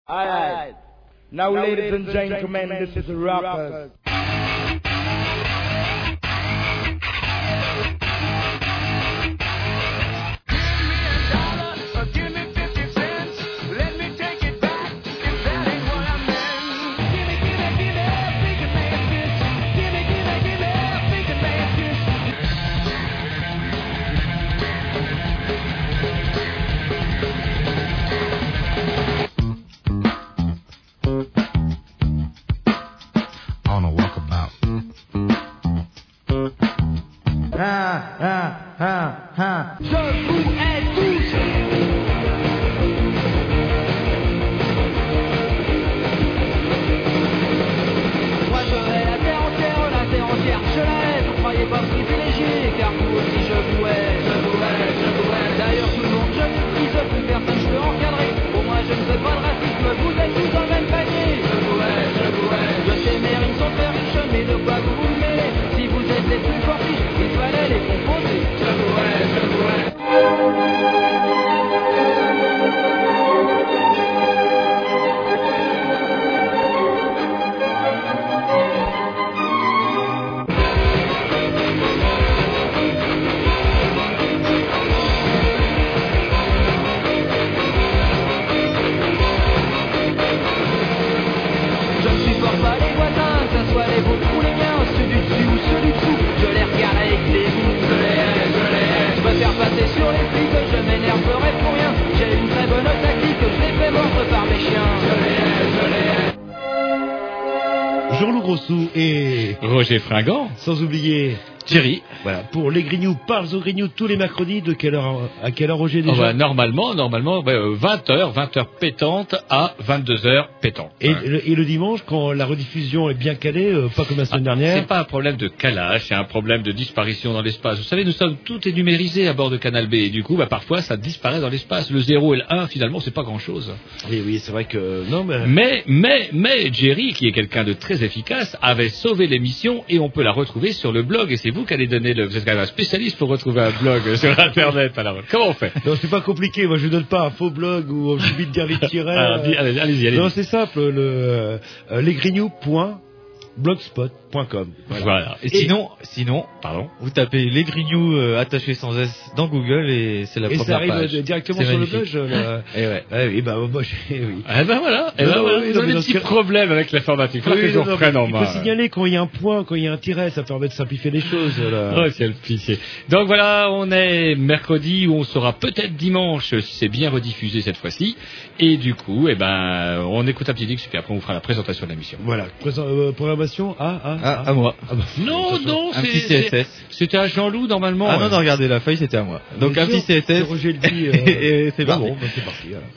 Alright. Now, ladies and gentlemen, this is Rockers. Jean-Loup Grossou et Roger Fringant, sans oublier Thierry. Voilà, pour les Grignoux, parle aux Grignoux tous les mercredis. De quelle heure à quelle heure, Roger, déjà? Normalement, 20h pétante à 22h pétante. Et le dimanche, quand la rediffusion est bien calée, pas comme la semaine dernière. C'est pas un problème de calage, c'est un problème de disparition dans l'espace. Vous savez, tout est numérisé à bord de Canal B, et du coup, parfois, ça disparaît dans l'espace. Le 0 et le 1, finalement, c'est pas grand-chose. Oui, c'est vrai que... Non, mais Jerry, qui est quelqu'un de très efficace, avait sauvé l'émission, et on peut la retrouver sur le blog, et c'est vous qui allez donner vous êtes quand même un spécialiste pour retrouver un blog sur Internet. Alors, comment on fait? Non, c'est pas compliqué. Moi, je donne pas un faux blog où j'oublie de dire les tirets. Allez-y. Non, c'est simple. lesgrignoux.blogspot.com. Voilà. Et sinon, pardon, vous tapez les Grignoux attachés sans S dans Google et c'est la première page. Et ça arrive directement sur magnifique. le blog. Et ouais. Oui, moi, oui. Eh ben voilà. Vous avez des petits problèmes avec l'informatique. Il faut que je reprenne en main. Il faut signaler quand il y a un point, quand il y a un tiret, ça permet de simplifier les choses. Oh, quel pitié. Donc voilà, on est mercredi, où on sera peut-être dimanche si c'est bien rediffusé cette fois-ci. Et du coup, on écoute un petit disque, puis après on fera la présentation de la mission. Voilà. Programmation à moi. Non, un petit CSS. C'était à Jean-Loup normalement. Non, regardez la feuille, c'était à moi. Donc un petit CSS. Roger le dit. Et c'est parti. Bon, c'est parti. Alors.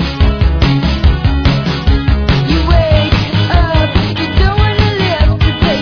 You wake up, you don't wanna live today.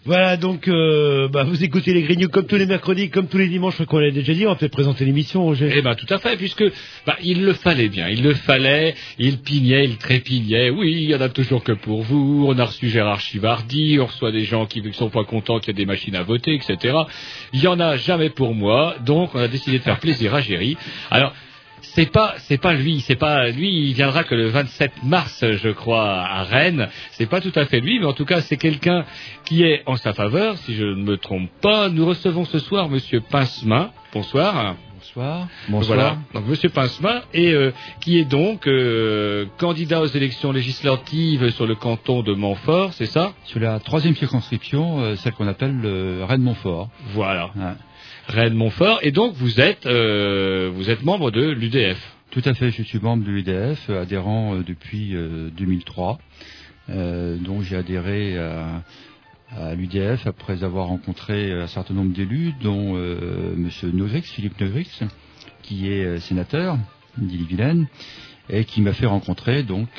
Voilà, donc vous écoutez les Grignoux comme tous les mercredis, comme tous les dimanches, je crois qu'on l'a déjà dit, on va peut-être présenter l'émission, Roger. Eh ben tout à fait, puisque il le fallait bien, il pignait, il trépignait, oui, il y en a toujours que pour vous, on a reçu Gérard Chivardi, on reçoit des gens qui sont pas contents qu'il y ait des machines à voter, etc. Il y en a jamais pour moi, donc on a décidé de faire plaisir à Géry. Alors, c'est pas lui, il viendra que le 27 mars, je crois, à Rennes. C'est pas tout à fait lui, mais en tout cas, c'est quelqu'un qui est en sa faveur, si je ne me trompe pas. Nous recevons ce soir monsieur Pincemain. Bonsoir. Bonsoir. Voilà. Donc monsieur Pincemain qui est donc candidat aux élections législatives sur le canton de Montfort, c'est ça? Sur la 3e circonscription, celle qu'on appelle Rennes-Montfort. Voilà. Ouais. Rennes-Montfort, et donc vous êtes membre de l'UDF. Tout à fait, je suis membre de l'UDF, adhérent depuis 2003. Donc j'ai adhéré à l'UDF après avoir rencontré un certain nombre d'élus, dont monsieur Novrix, Philippe Novrix, qui est sénateur d'Ille-et-Vilaine, et qui m'a fait rencontrer donc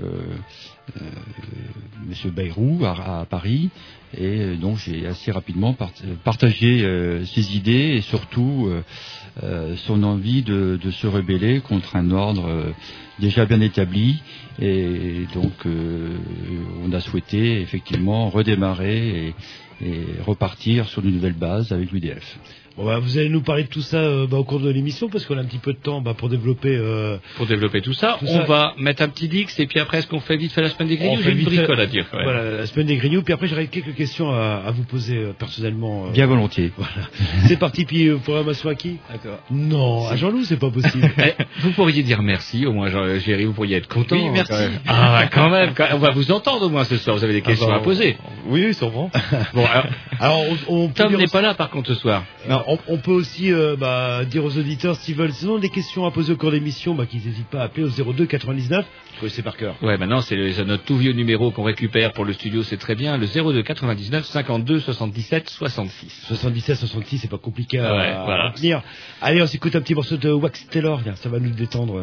monsieur Bayrou à Paris, et donc j'ai assez rapidement partagé ses idées et surtout son envie de se rebeller contre un ordre déjà bien établi, et donc on a souhaité effectivement redémarrer et repartir sur de nouvelles bases avec l'UDF. Bon, vous allez nous parler de tout ça au cours de l'émission, parce qu'on a un petit peu de temps pour développer tout ça. On va mettre un petit dix, et puis après, est-ce qu'on fait vite fait la semaine des Grignoux? J'ai une bricole à dire. Ouais. Voilà, la semaine des Grignoux, puis après j'aurai quelques questions à vous poser personnellement. Bien volontiers. Voilà. C'est parti, puis programmation à qui? D'accord. Non, à Jean-Loup, c'est pas possible. Vous pourriez dire merci, au moins, Géry, vous pourriez être content. Oui, merci. Quand même. On va vous entendre au moins ce soir, vous avez des questions à poser. Oui, sûrement. Bon, alors Tom n'est pas là par contre ce soir. Non. On peut aussi dire aux auditeurs, s'ils veulent, sinon des questions à poser au cours de l'émission, qu'ils n'hésitent pas à appeler au 02 99. Je connaissais par cœur. Ouais, maintenant c'est notre tout vieux numéro qu'on récupère pour le studio, c'est très bien, le 02 99 52 77 66. 77 66, c'est pas compliqué à voilà. retenir. Allez, on s'écoute un petit morceau de Wax Taylor, ça va nous détendre.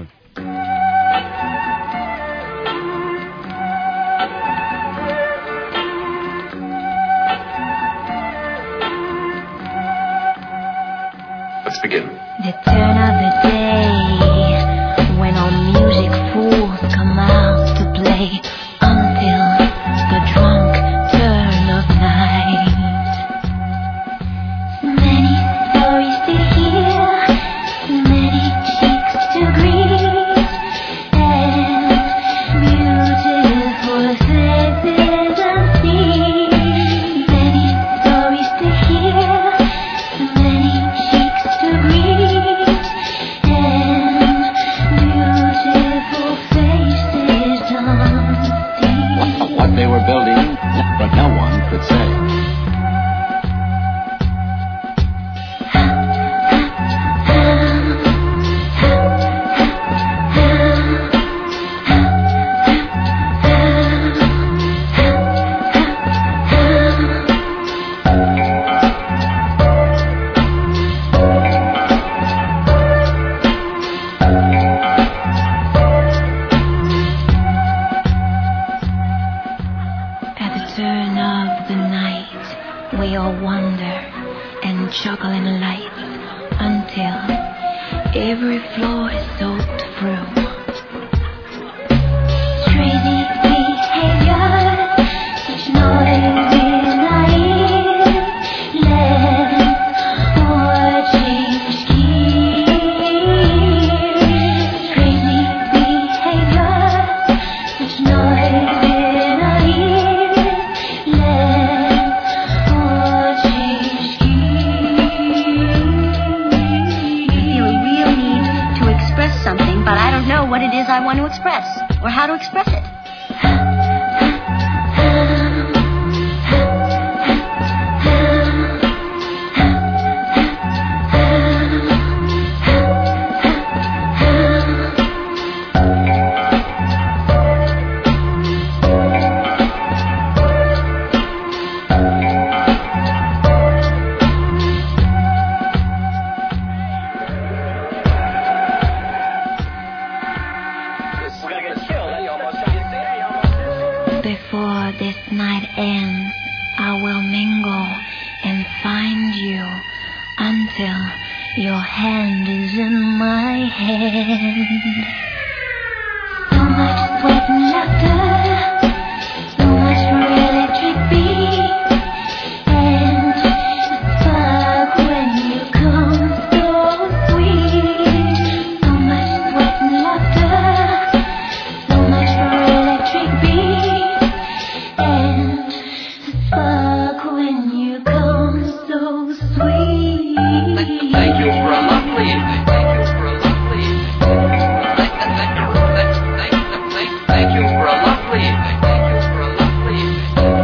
Let's begin. The turn of the day, when all music fools come out to play, until the drunk turn of night. Many stories to hear, many cheeks to greet, and beautiful faces unseen. Many stories to hear, many cheeks to greet, and beautiful faces unseen. What they were building, but no one could say. At the turn of the night, we all wonder and chuckle in light until every floor is soaked through. Crazy behavior, such noise in our ears, let or change gears. Crazy behavior, such noise in our ears, let or change gears. I feel a real need to express something, but I don't know what it is I want to express or how to express it. Before this night ends, I will mingle and find you until your hand is in my hand. So much sweat and laughter, so much real electric beat, and fuck when you come so sweet. So much sweat and laughter, so much real electric beat, and fuck when you come so sweet. Thank you for a lovely evening. Thank you for a lovely evening. Thank you for a lovely evening. Thank you for a lovely evening.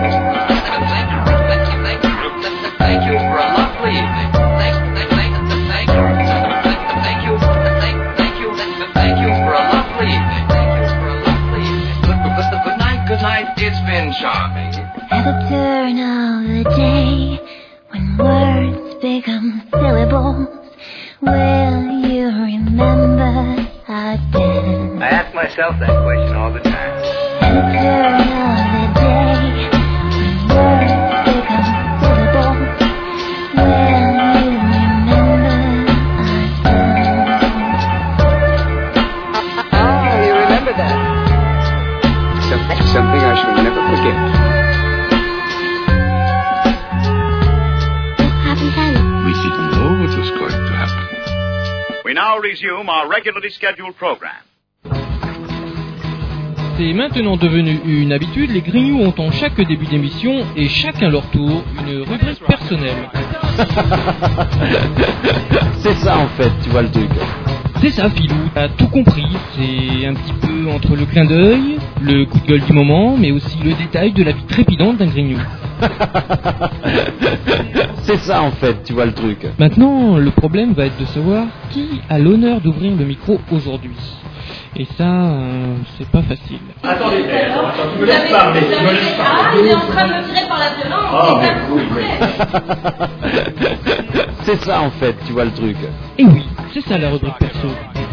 Thank you for a lovely evening. Thank you for a lovely evening. Thank you for a lovely evening. Good night. It's been charming. At the turn of the day, when words become syllables, will you remember again? I ask myself that question all the time. At the turn of the day, when words become syllables, will you remember again? Oh, you remember that? Something I shall never forget. We didn't know what was going to happen. We now resume our regularly scheduled program. C'est maintenant devenu une habitude, les Grignoux ont en chaque début d'émission et chacun leur tour une rubrique personnelle. C'est ça en fait, tu vois le truc. C'est ça, Philou, t'as tout compris. C'est un petit peu entre le clin d'œil, le coup de gueule du moment, mais aussi le détail de la vie trépidante d'un Grignou. C'est ça en fait, tu vois le truc. Maintenant, le problème va être de savoir qui a l'honneur d'ouvrir le micro aujourd'hui. Et ça, c'est pas facile. Attendez, tu me laisses parler, Ah, il est en train de me tirer par la violence. C'est ça en fait, tu vois le truc. Et oui, c'est ça la rubrique perso.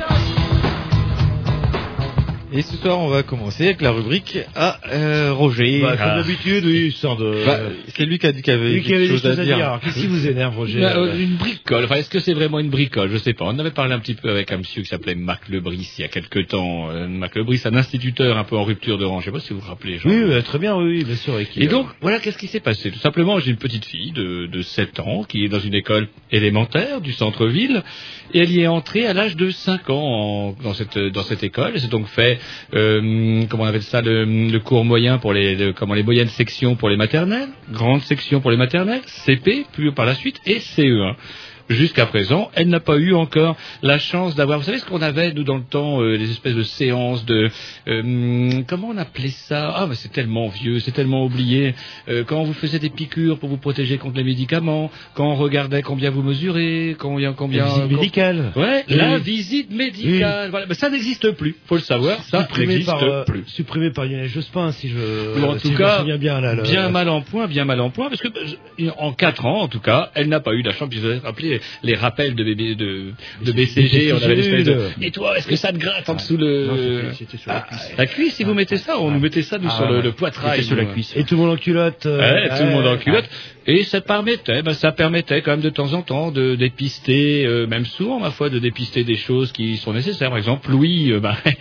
Et ce soir, on va commencer avec la rubrique à Roger. Bah, comme d'habitude, oui, sans de... c'est lui qui a dit qu'il avait quelque chose à dire. Alors, qu'est-ce qui vous énerve, Roger? Une bricole. Enfin, est-ce que c'est vraiment une bricole? Je sais pas. On avait parlé un petit peu avec un monsieur qui s'appelait Marc Lebris il y a quelque temps. Marc Lebris, un instituteur un peu en rupture de rang. Je sais pas si vous vous rappelez. Jean. Oui, très bien, oui, bien sûr. Et donc, voilà, qu'est-ce qui s'est passé? Tout simplement, j'ai une petite fille de 7 ans qui est dans une école élémentaire du centre-ville et elle y est entrée à l'âge de 5 ans dans cette école. Elle s'est donc fait comment on appelle ça, le cours moyen pour les moyennes sections pour les maternelles, grande section pour les maternelles, CP, puis par la suite, et CE1. Jusqu'à présent, elle n'a pas eu encore la chance d'avoir... Vous savez ce qu'on avait, nous, dans le temps, les espèces de séances de... comment on appelait ça? Ah, mais c'est tellement vieux, c'est tellement oublié. Quand on vous faisait des piqûres pour vous protéger contre les médicaments, quand on regardait combien vous mesurez, combien... La visite médicale. Ouais, la visite médicale. Oui. Voilà, mais ça n'existe plus, faut le savoir, ça n'existe plus. Supprimé par Lionel Jospin, si je... En tout cas, bien, là, bien mal en point, parce que en 4 ans, en tout cas, elle n'a pas eu la chance, puis vous avez rappelé les rappels de BCG, on avait l'espèce de... Et toi, est-ce que ça te gratte en dessous c'était sur la cuisse. La cuisse, si vous mettez ça, on nous mettait ça sur le poitrail. Sur la cuisse. Et tout le monde en culotte. Tout le monde en culotte. Et ça permettait quand même de temps en temps de dépister, même souvent, ma foi, de dépister des choses qui sont nécessaires. Par exemple, Louis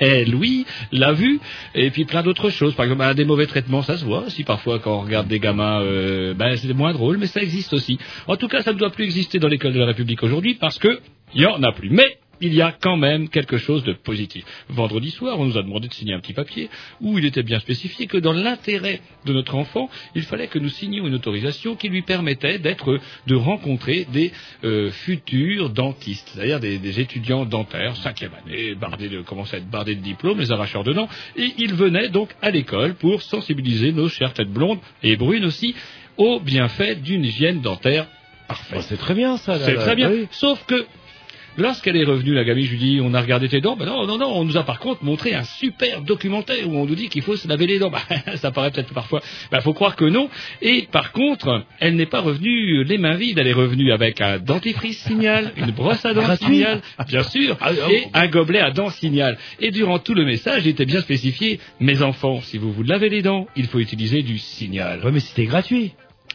l'a vu, et puis plein d'autres choses. Par exemple, des mauvais traitements, ça se voit aussi parfois quand on regarde des gamins, c'est moins drôle, mais ça existe aussi. En tout cas, ça ne doit plus exister dans l'école de la République aujourd'hui parce que il y en a plus. Mais il y a quand même quelque chose de positif. Vendredi soir, on nous a demandé de signer un petit papier où il était bien spécifié que dans l'intérêt de notre enfant, il fallait que nous signions une autorisation qui lui permettait de rencontrer des futurs dentistes, c'est-à-dire des étudiants dentaires, 5e année, commençaient à être bardés de diplômes, les arracheurs de dents, et ils venaient donc à l'école pour sensibiliser nos chères têtes blondes et brunes aussi aux bienfaits d'une hygiène dentaire parfaite. Oh, c'est très bien ça. C'est très bien, oui. sauf que lorsqu'elle est revenue, la gamine, je lui dis, on a regardé tes dents. Non, on nous a par contre montré un super documentaire où on nous dit qu'il faut se laver les dents. Ça paraît peut-être parfois, faut croire que non. Et par contre, elle n'est pas revenue les mains vides, elle est revenue avec un dentifrice Signal, une brosse à dents Signal, bien sûr, et un gobelet à dents Signal. Et durant tout le message, il était bien spécifié, mes enfants, si vous vous lavez les dents, il faut utiliser du Signal. Ouais, mais c'était gratuit.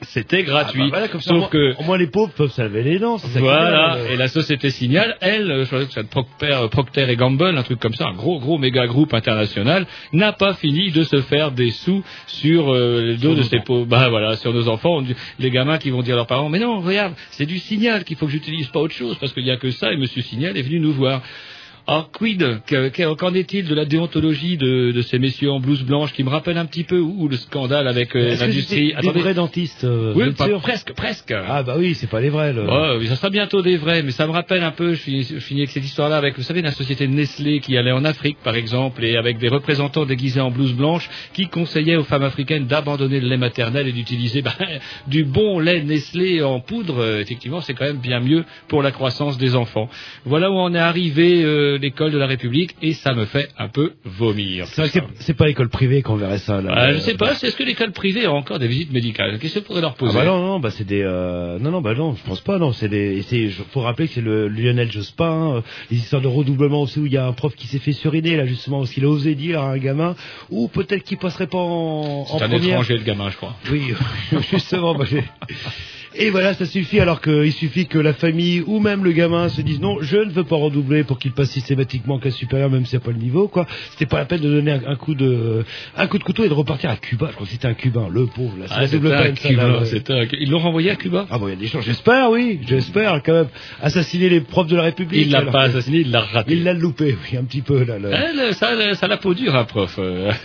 C'était gratuit. Voilà, comme ça, Sauf que au moins les pauvres peuvent se laver les dents. C'est ça qui voilà, est bien, et la société Signal, elle, je crois que c'est Procter et Gamble, un truc comme ça, un gros méga groupe international, n'a pas fini de se faire des sous sur le dos de ces pauvres, sur nos enfants, les gamins qui vont dire à leurs parents, mais non, regarde, c'est du Signal qu'il faut que j'utilise, pas autre chose, parce qu'il y a que ça, et Monsieur Signal est venu nous voir. Alors, quid, qu'en est-il de la déontologie de ces messieurs en blouse blanche qui me rappellent un petit peu le scandale avec l'industrie. Des vrais dentistes, oui, presque. Ah bah oui, c'est pas les vrais. Oui, ça sera bientôt des vrais, mais ça me rappelle un peu, je finis avec cette histoire-là avec, vous savez, la société Nestlé qui allait en Afrique, par exemple, et avec des représentants déguisés en blouse blanche qui conseillaient aux femmes africaines d'abandonner le lait maternel et d'utiliser du bon lait Nestlé en poudre. Effectivement, c'est quand même bien mieux pour la croissance des enfants. Voilà où on est arrivé. L'école de la République, et ça me fait un peu vomir. C'est vrai que c'est pas l'école privée qu'on verrait ça, là. Je sais pas, est-ce que l'école privée a encore des visites médicales? Qu'est-ce qu'on pourrait leur poser? Non, c'est des, non, je pense pas, non, faut rappeler que c'est le Lionel Jospin, les histoires de redoublement aussi où il y a un prof qui s'est fait suriner, là, justement, parce qu'il a osé dire à un gamin, ou peut-être qu'il passerait pas en première. C'est un étranger, le gamin, je crois. Oui, justement, et voilà, ça suffit, alors qu'il suffit que la famille ou même le gamin se dise non, je ne veux pas redoubler pour qu'il passe systématiquement en classe supérieure, même s'il n'y a pas le niveau, quoi. C'était pas la peine de donner un coup de couteau et de repartir à Cuba. Je crois que c'était un Cubain, le pauvre, là. C'est la double peine, Ils l'ont renvoyé à Cuba? Ah bon, il y a des chances, j'espère, quand même. Assassiner les profs de la République. Il l'a pas assassiné, il l'a raté. Il l'a loupé, oui, un petit peu, là. Ça l'a peau dure, un prof.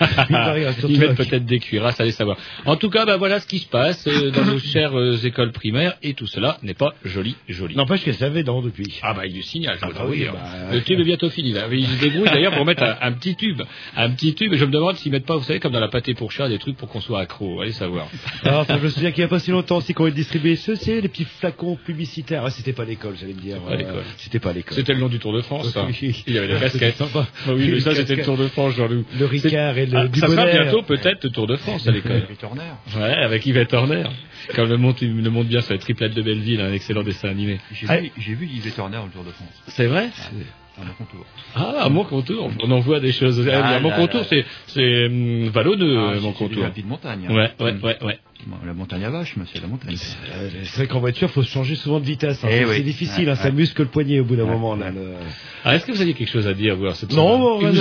Il met peut-être des cuirasses, allez savoir. En tout cas, voilà ce qui se passe dans nos chères écoles primaire, et tout cela n'est pas joli. N'empêche qu'elle savait dans depuis. Ah il y a du signal, le tube est bientôt fini là. Il se débrouille d'ailleurs pour mettre un petit tube, et je me demande s'ils mettent pas, vous savez, comme dans la pâté pour chat, des trucs pour qu'on soit accro, allez savoir. Alors, je me souviens qu'il y a pas si longtemps aussi qu'on a distribué les petits flacons publicitaires. Ah, c'était pas l'école, j'allais me dire. C'était pas l'école. C'était le nom du Tour de France, ça. Il y avait les casquettes. Sympa. Oui, mais ça c'était le Tour de France, Jean-Loup. Le Ricard et le ça sera bientôt peut-être le Tour de France à l'école. Ouais, avec Yvette Horner. Comme le montre bien sur les triplettes de Belleville, un excellent dessin animé. J'ai vu Yvette Horner au Tour de France. C'est vrai? À mon contour. À mon contour, on en voit des choses. À mon contour, c'est vallonneux, mon contour. C'est une de montagne. Ouais. La montagne à vache, monsieur, la montagne. C'est vrai qu'en voiture, faut se changer souvent de vitesse. C'est difficile, ça muscle le poignet au bout d'un moment. Là, est-ce que vous aviez quelque chose à dire, voir cette Non, rien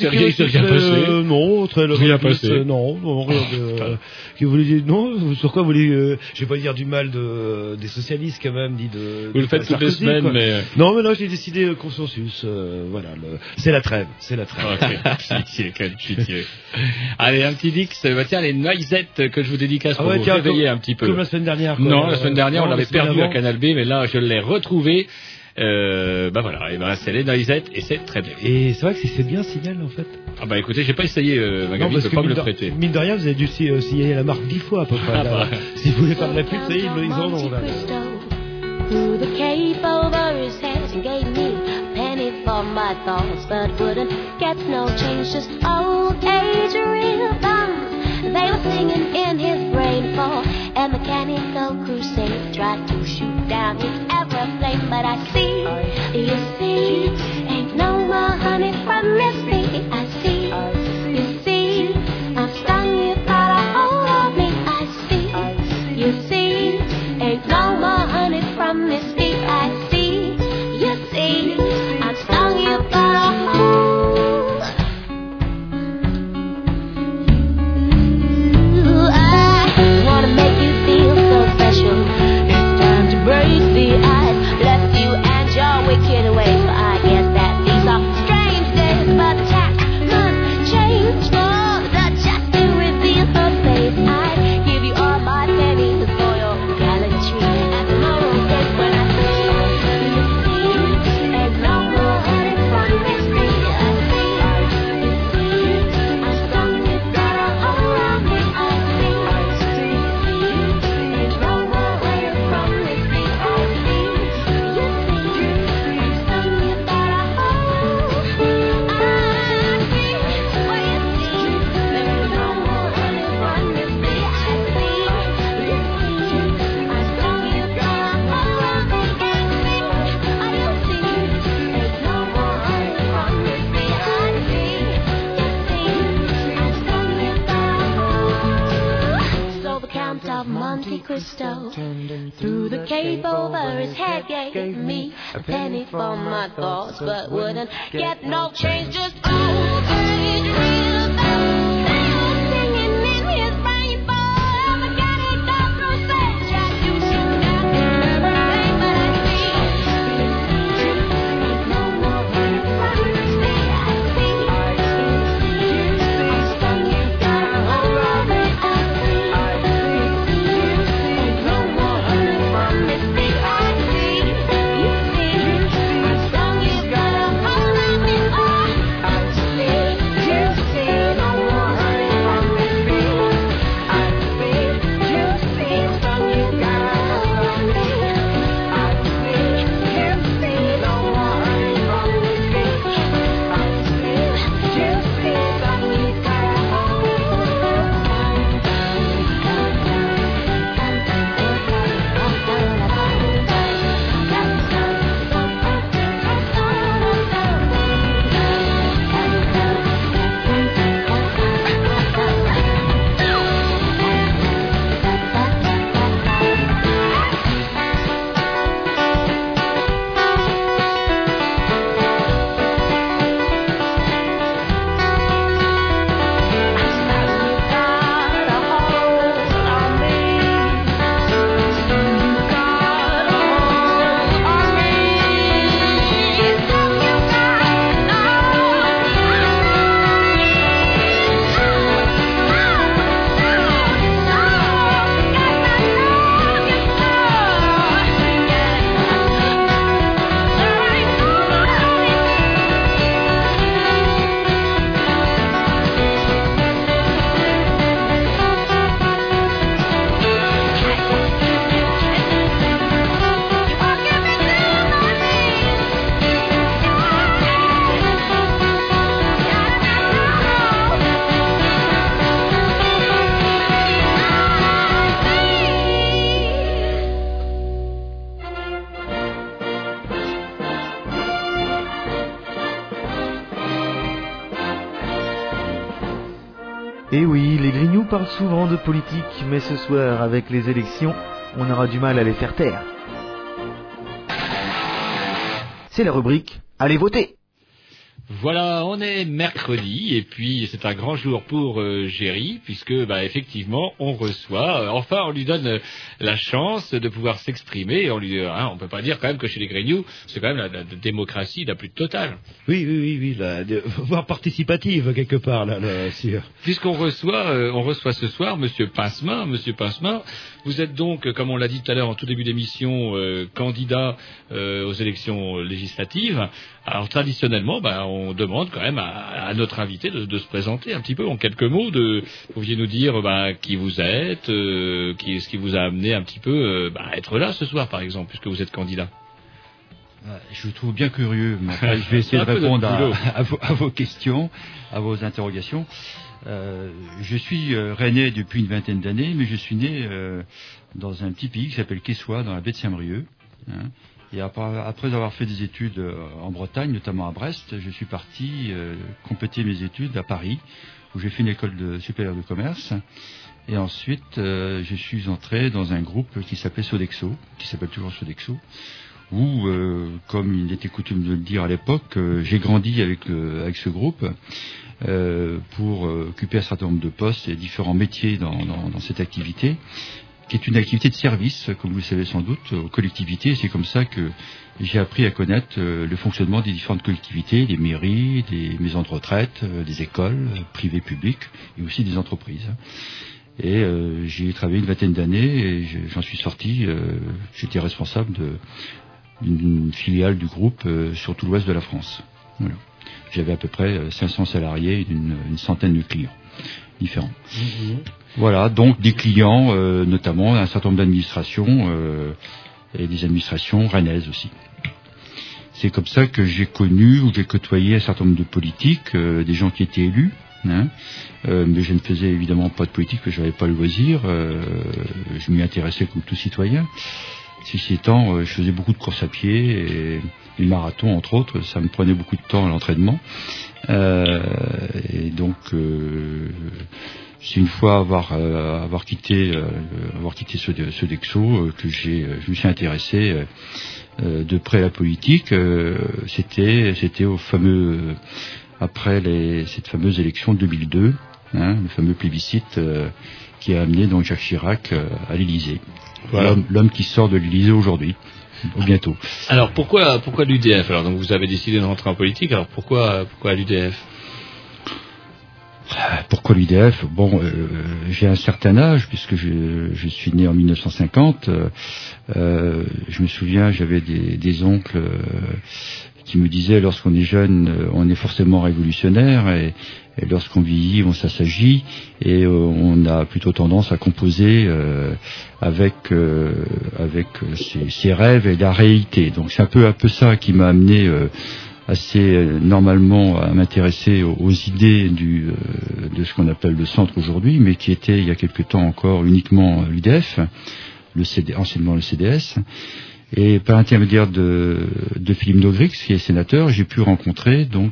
passé. Non, rien passé. Non, rien de. Qui voulait dire non? Sur quoi vous voulez? Je vais pas dire du mal des socialistes quand même, dit de. Vous le faites toutes les semaines, mais. Non, mais là, j'ai décidé consensus. Voilà, c'est la trêve. Pitié. Allez, un petit Dix. Tiens, les noisettes que je vous dédicace pour vous réveiller un petit peu. Comme la semaine dernière. Non, la semaine dernière, on l'avait perdu à Canal B, mais là, je l'ai retrouvé. Voilà, c'est les noisettes et c'est très bien. Et c'est vrai que c'est bien Signal en fait. Écoutez, j'ai pas essayé, Magali ne peut pas me le prêter. Mine de rien, vous avez dû signaler la marque 10 fois à peu près. Si vous voulez faire de la pub, ils en ont là. Threw the cape over his head and gave me a penny for my thoughts, but wouldn't get no change, just old age rhythm. They were singing in his brain for a mechanical crusade, tried to shoot down his aeroplane, but I see, you see, ain't no more honey from Mississippi. I see, you see, I'm stung, you got a hold of me. I see, you see, ain't no more honey from Mississippi. I see, you see, I'm stung, you got a hold. I Count of Monte Cristo. Through the cape over his head gave me a penny for my thoughts, but wouldn't get no change, just old age real bells singing in his rainbow. Mechanic down through sage, I do some nothing, everything, but I see no more running from the sea. I see song you got hold of me. No more running from the sea. I see song you got hold of me. I see no more running from the sea. I see song you got hold of me. I see no more running from the sea. I see song you got hold of Et oui, les Grignoux parlent souvent de politique, mais ce soir, avec les élections, on aura du mal à les faire taire. C'est la rubrique « Allez voter !» Voilà, on est mercredi et puis c'est un grand jour pour Géry puisque effectivement on reçoit, enfin on lui donne la chance de pouvoir s'exprimer. On lui, on peut pas dire quand même que chez les Grignoux c'est quand même la démocratie la plus totale. Oui, voire participative quelque part là, sûr. Puisqu'on reçoit ce soir Monsieur Pincemin. Monsieur Pincemin, vous êtes donc, comme on l'a dit tout à l'heure en tout début d'émission, candidat aux élections législatives. Alors traditionnellement, on demande quand même à notre invité de se présenter un petit peu en quelques mots. Vous pouviez nous dire qui vous êtes, ce qui vous a amené un petit peu à être là ce soir, par exemple, puisque vous êtes candidat. Je vous trouve bien curieux, mais après, je vais essayer de répondre à vos questions, à vos interrogations. Je suis rennais depuis une vingtaine d'années, mais je suis né dans un petit pays qui s'appelle Quessoy, dans la baie de Saint-Brieuc. Et après avoir fait des études en Bretagne, notamment à Brest, je suis parti compléter mes études à Paris, où j'ai fait une école supérieure de commerce. Et ensuite, je suis entré dans un groupe qui s'appelait Sodexo, qui s'appelle toujours Sodexo, où, comme il était coutume de le dire à l'époque, j'ai grandi avec ce groupe pour occuper un certain nombre de postes et différents métiers dans cette activité, qui est une activité de service, comme vous le savez sans doute, aux collectivités. C'est comme ça que j'ai appris à connaître le fonctionnement des différentes collectivités, des mairies, des maisons de retraite, des écoles privées, publiques, et aussi des entreprises. Et j'ai travaillé une vingtaine d'années et j'en suis sorti. J'étais responsable d'une filiale du groupe sur tout l'ouest de la France. Voilà. J'avais à peu près 500 salariés et une centaine de clients différents. Mmh. Voilà, donc des clients, notamment un certain nombre d'administrations et des administrations rennaises aussi. C'est comme ça que j'ai connu ou j'ai côtoyé un certain nombre de politiques, des gens qui étaient élus. Mais je ne faisais évidemment pas de politique, parce que je n'avais pas le loisir. Je m'y intéressais comme tout citoyen. Ceci étant, je faisais beaucoup de courses à pied et les marathons, entre autres. Ça me prenait beaucoup de temps à l'entraînement. Et donc, c'est une fois avoir quitté ce Dexo que je me suis intéressé de près à la politique. C'était au fameux après cette fameuse élection de 2002, le fameux plébiscite qui a amené donc Jacques Chirac à l'Élysée. Voilà. L'homme qui sort de l'Élysée aujourd'hui. Bientôt. Alors pourquoi l'UDF? Alors donc vous avez décidé de rentrer en politique. Alors pourquoi l'UDF? Pourquoi l'UDF? Bon, j'ai un certain âge puisque je suis né en 1950. Je me souviens, j'avais des oncles qui me disaient lorsqu'on est jeune, on est forcément révolutionnaire et lorsqu'on vieillit, on s'assagit et on a plutôt tendance à composer avec ses rêves et la réalité. Donc c'est un peu ça qui m'a amené assez normalement à m'intéresser aux idées de ce qu'on appelle le centre aujourd'hui, mais qui était il y a quelque temps encore uniquement l'UDF, anciennement le CDS. Et par l'intermédiaire de Philippe Daugrix, qui est sénateur, j'ai pu rencontrer donc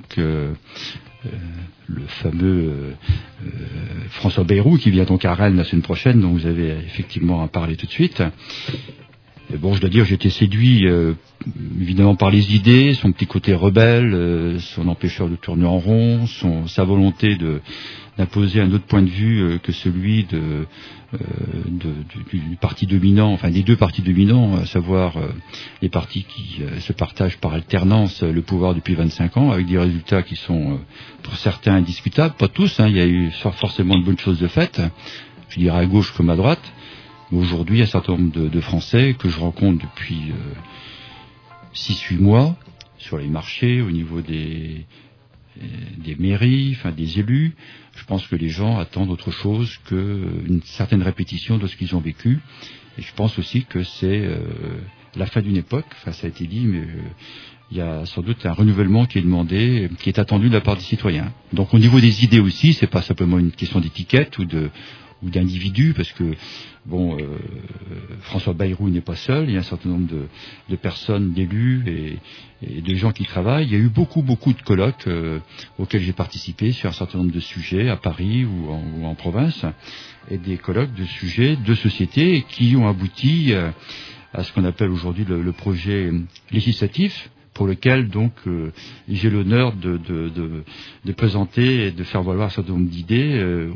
le fameux François Bayrou, qui vient donc à Rennes la semaine prochaine, dont vous avez effectivement à parler tout de suite. Et bon, je dois dire, j'étais séduit évidemment par les idées, son petit côté rebelle, son empêcheur de tourner en rond, sa volonté d'imposer un autre point de vue que celui du parti dominant, enfin des deux partis dominants, à savoir les partis qui se partagent par alternance le pouvoir depuis 25 ans, avec des résultats qui sont pour certains indiscutables, pas tous, il y a eu forcément de bonnes choses de faites, je dirais à gauche comme à droite. Mais aujourd'hui, un certain nombre de Français que je rencontre depuis 6-8 mois sur les marchés, au niveau des mairies, enfin des élus, je pense que les gens attendent autre chose qu'une certaine répétition de ce qu'ils ont vécu. Et je pense aussi que c'est la fin d'une époque, enfin ça a été dit, mais il y a sans doute un renouvellement qui est demandé, qui est attendu de la part des citoyens. Donc au niveau des idées aussi, c'est pas simplement une question d'étiquette ou d'individus, parce que bon, François Bayrou n'est pas seul, il y a un certain nombre de personnes, d'élus et de gens qui travaillent. Il y a eu beaucoup de colloques auxquels j'ai participé sur un certain nombre de sujets à Paris ou en province, et des colloques de sujets de société qui ont abouti à ce qu'on appelle aujourd'hui le projet législatif, pour lequel donc j'ai l'honneur de présenter et de faire valoir un certain nombre d'idées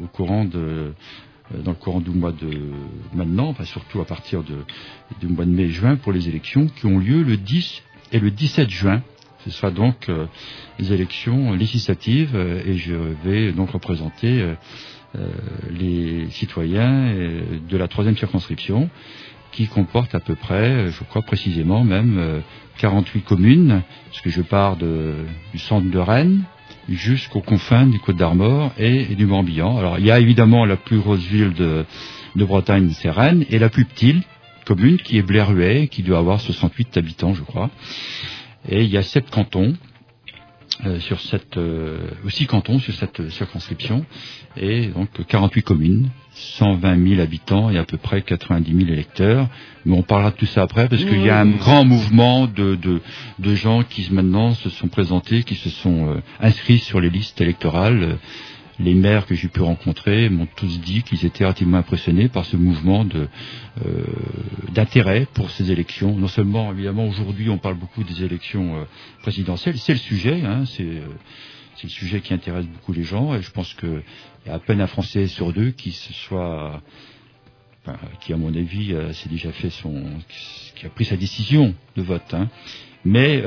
dans le courant du mois de maintenant, enfin surtout à partir du mois de mai-juin pour les élections qui ont lieu le 10 et le 17 juin. Ce sera donc les élections législatives et je vais donc représenter les citoyens de la 3e circonscription qui comporte à peu près, je crois précisément même, 48 communes, parce que je pars du centre de Rennes jusqu'aux confins du Côte-d'Armor et du Morbihan. Alors il y a évidemment la plus grosse ville de Bretagne, c'est Rennes, et la plus petite commune qui est Bléreuil, qui doit avoir 68 habitants, je crois. Et il y a 7 cantons sur cette circonscription, et donc 48 communes, 120 000 habitants et à peu près 90 000 électeurs. Mais on parlera de tout ça après, parce qu'il y a un grand mouvement de gens qui maintenant se sont présentés, qui se sont inscrits sur les listes électorales. Les maires que j'ai pu rencontrer m'ont tous dit qu'ils étaient relativement impressionnés par ce mouvement d'intérêt pour ces élections. Non seulement, évidemment, aujourd'hui, on parle beaucoup des élections présidentielles, c'est le sujet, c'est le sujet qui intéresse beaucoup les gens, et je pense qu'il y a à peine un Français sur deux qui à mon avis, s'est déjà fait qui a pris sa décision de vote. Mais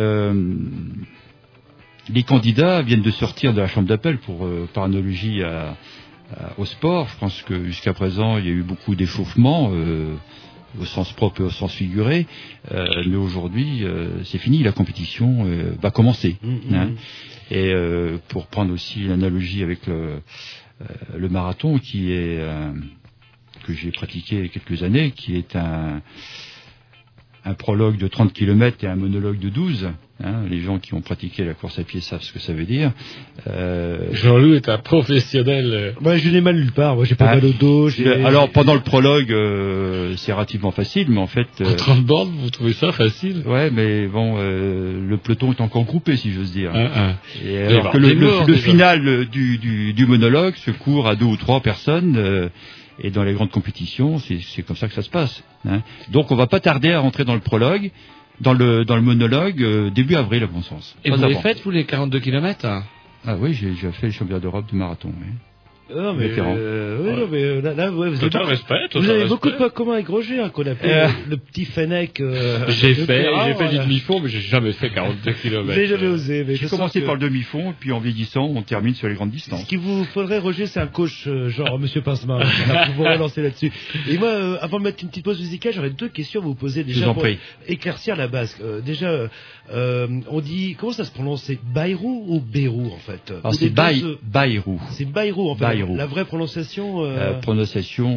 les candidats viennent de sortir de la chambre d'appel par analogie au sport. Je pense que jusqu'à présent, il y a eu beaucoup d'échauffement au sens propre et au sens figuré. Mais aujourd'hui, c'est fini. La compétition va commencer. Et pour prendre aussi l'analogie avec le marathon, que j'ai pratiqué il y a quelques années, qui est un prologue de 30 km et un monologue de 12. Les gens qui ont pratiqué la course à pied savent ce que ça veut dire. Jean-Loup est un professionnel. Moi, je n'ai mal nulle part. Moi, j'ai pas mal au dos. Alors, pendant le prologue, c'est relativement facile, mais en fait... En 30 bornes, vous trouvez ça facile? Ouais, mais bon, le peloton est encore groupé, si j'ose dire. Et alors que le final du monologue se court à 2 ou 3 personnes... Et dans les grandes compétitions, c'est comme ça que ça se passe. Donc on va pas tarder à rentrer dans le prologue, dans le monologue, début avril à mon sens. Et vous avez fait, vous, les 42 km? Ah oui, j'ai fait le championnat d'Europe de marathon. Oui. Non, mais, là, vous avez beaucoup de points communs avec Roger, qu'on appelle le petit Fennec. J'ai fait du demi-fond, mais j'ai jamais fait 42 km. J'ai jamais osé. Mais j'ai commencé par le demi-fond, et puis en vieillissant, on termine sur les grandes distances. Ce qu'il vous faudrait, Roger, c'est un coach genre Monsieur Pincemin, pour vous relancer là-dessus. Et moi, avant de mettre une petite pause musicale, j'aurais 2 questions à vous poser déjà pour éclaircir la base. Déjà, on dit, comment ça se prononce? C'est Bayrou ou Bérou, en fait? Alors c'est Bayrou. C'est Bayrou, en fait. La vraie prononciation. Prononciation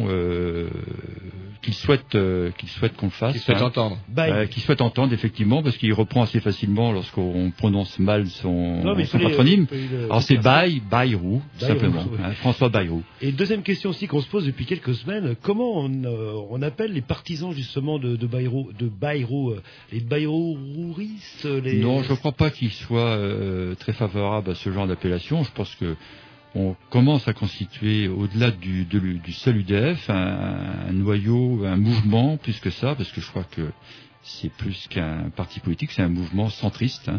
qu'il souhaite qu'on le fasse. Qu'il souhaite entendre. Qu'il souhaite entendre effectivement, parce qu'il reprend assez facilement lorsqu'on prononce mal son patronyme. Alors c'est Bayrou, tout simplement. François Bayrou. Et deuxième question aussi qu'on se pose depuis quelques semaines, comment on appelle les partisans justement de Bayrou, les bayrouristes? Non, je ne crois pas qu'ils soient très favorables à ce genre d'appellation. Je pense que on commence à constituer, au-delà du seul UDF, un noyau, un mouvement, plus que ça, parce que je crois que c'est plus qu'un parti politique, c'est un mouvement centriste.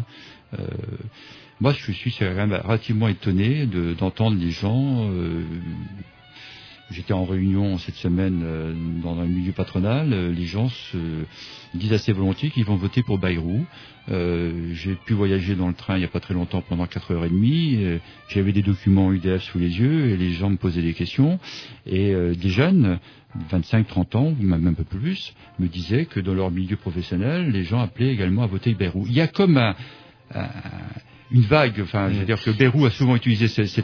Moi, je suis quand même relativement étonné d'entendre les gens... J'étais en réunion cette semaine dans un milieu patronal. Les gens se disent assez volontiers qu'ils vont voter pour Bayrou. J'ai pu voyager dans le train il n'y a pas très longtemps pendant 4h30. J'avais des documents UDF sous les yeux et les gens me posaient des questions. Et des jeunes, 25-30 ans, ou même un peu plus, me disaient que dans leur milieu professionnel, les gens appelaient également à voter Bayrou. Il y a comme une vague, je veux dire que Bayrou a souvent utilisé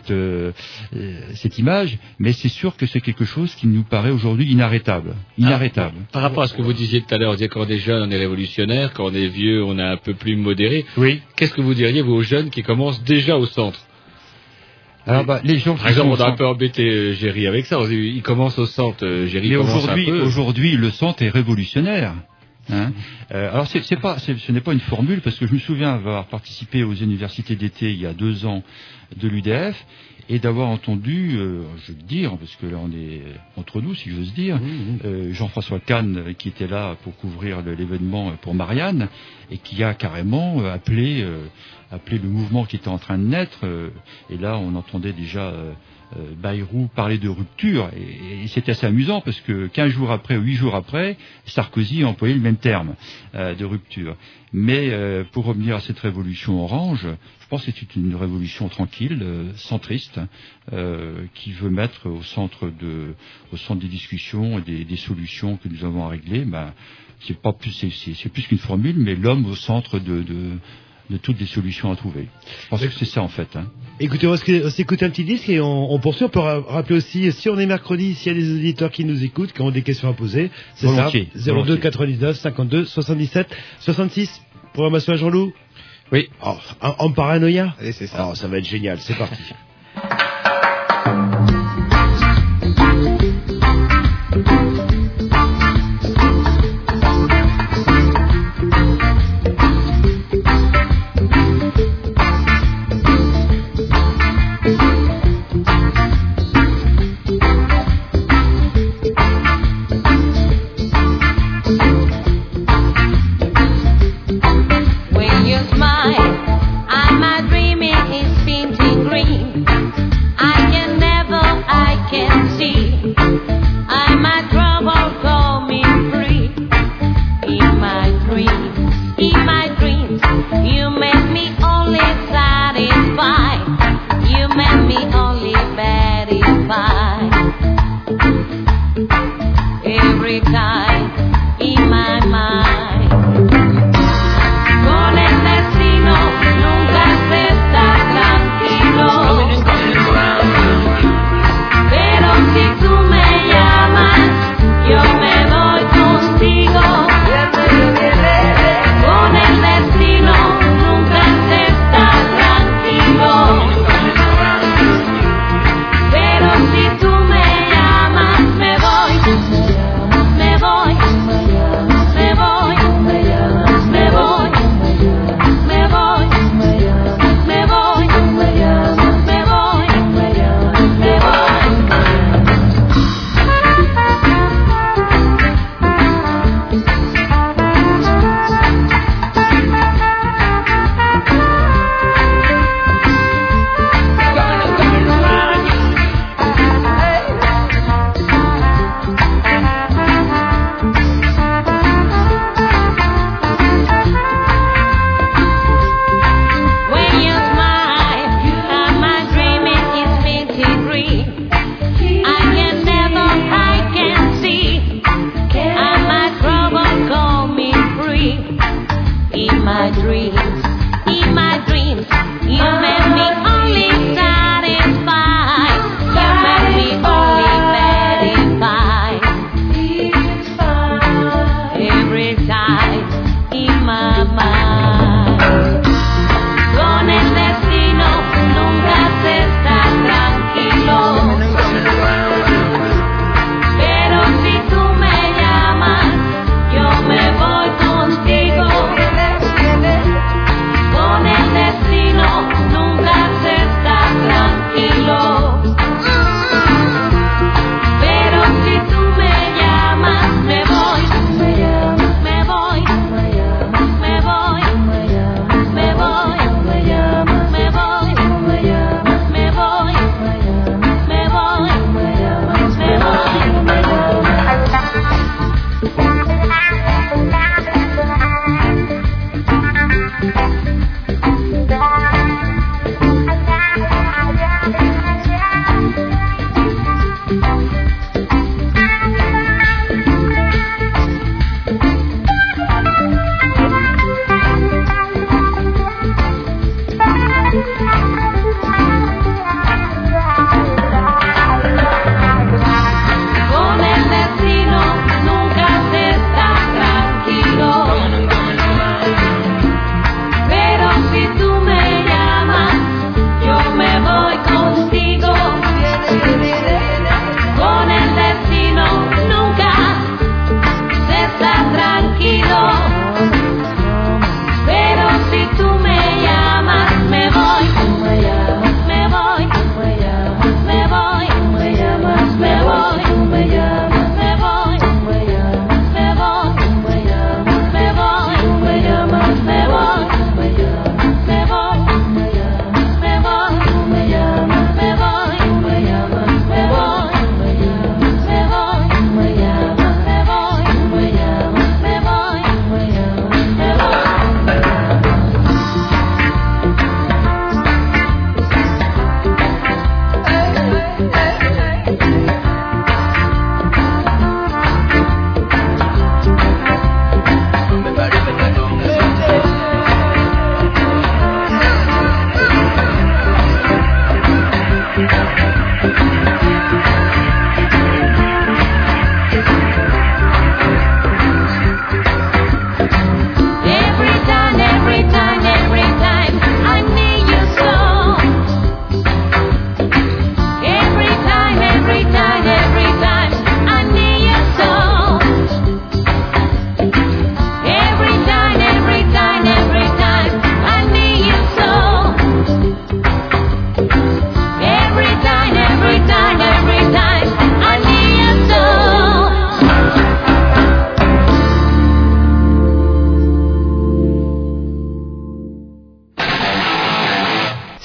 cette image, mais c'est sûr que c'est quelque chose qui nous paraît aujourd'hui inarrêtable. Par rapport à ce que vous disiez tout à l'heure, vous disiez quand on est jeune, on est révolutionnaire, quand on est vieux, on est un peu plus modéré. Oui. Qu'est-ce que vous diriez, vous, aux jeunes qui commencent déjà au centre? Alors, les gens par exemple, on a un peu embêté Géry avec ça. Il commence au centre, Géry commence un peu. Aujourd'hui, le centre est révolutionnaire. Alors ce n'est pas une formule, parce que je me souviens avoir participé aux universités d'été il y a 2 ans de l'UDF et d'avoir entendu, je veux dire, parce que là on est entre nous si j'ose dire, Jean-François Kahn qui était là pour couvrir l'événement pour Marianne et qui a carrément appelé le mouvement qui était en train de naître, et là on entendait déjà Bayrou parler de rupture, et c'était assez amusant parce que 15 jours après ou 8 jours après, Sarkozy a employé le même terme de rupture. Mais pour revenir à cette révolution orange, je pense que c'est une révolution tranquille, centriste, qui veut mettre au centre des discussions et des solutions que nous avons à régler. C'est plus qu'une formule, mais l'homme au centre de toutes les solutions à trouver. Je pense que c'est ça en fait. Écoutez, on va s'écouter un petit disque et on poursuit. On peut rappeler aussi, si on est mercredi, s'il y a des auditeurs qui nous écoutent, qui ont des questions à poser, c'est volontiers, ça, 02 99 52 77 66. Programmation à Jean-Loup. Oui. En paranoïa. Allez, c'est ça. Ça va être génial, c'est parti. Con el destino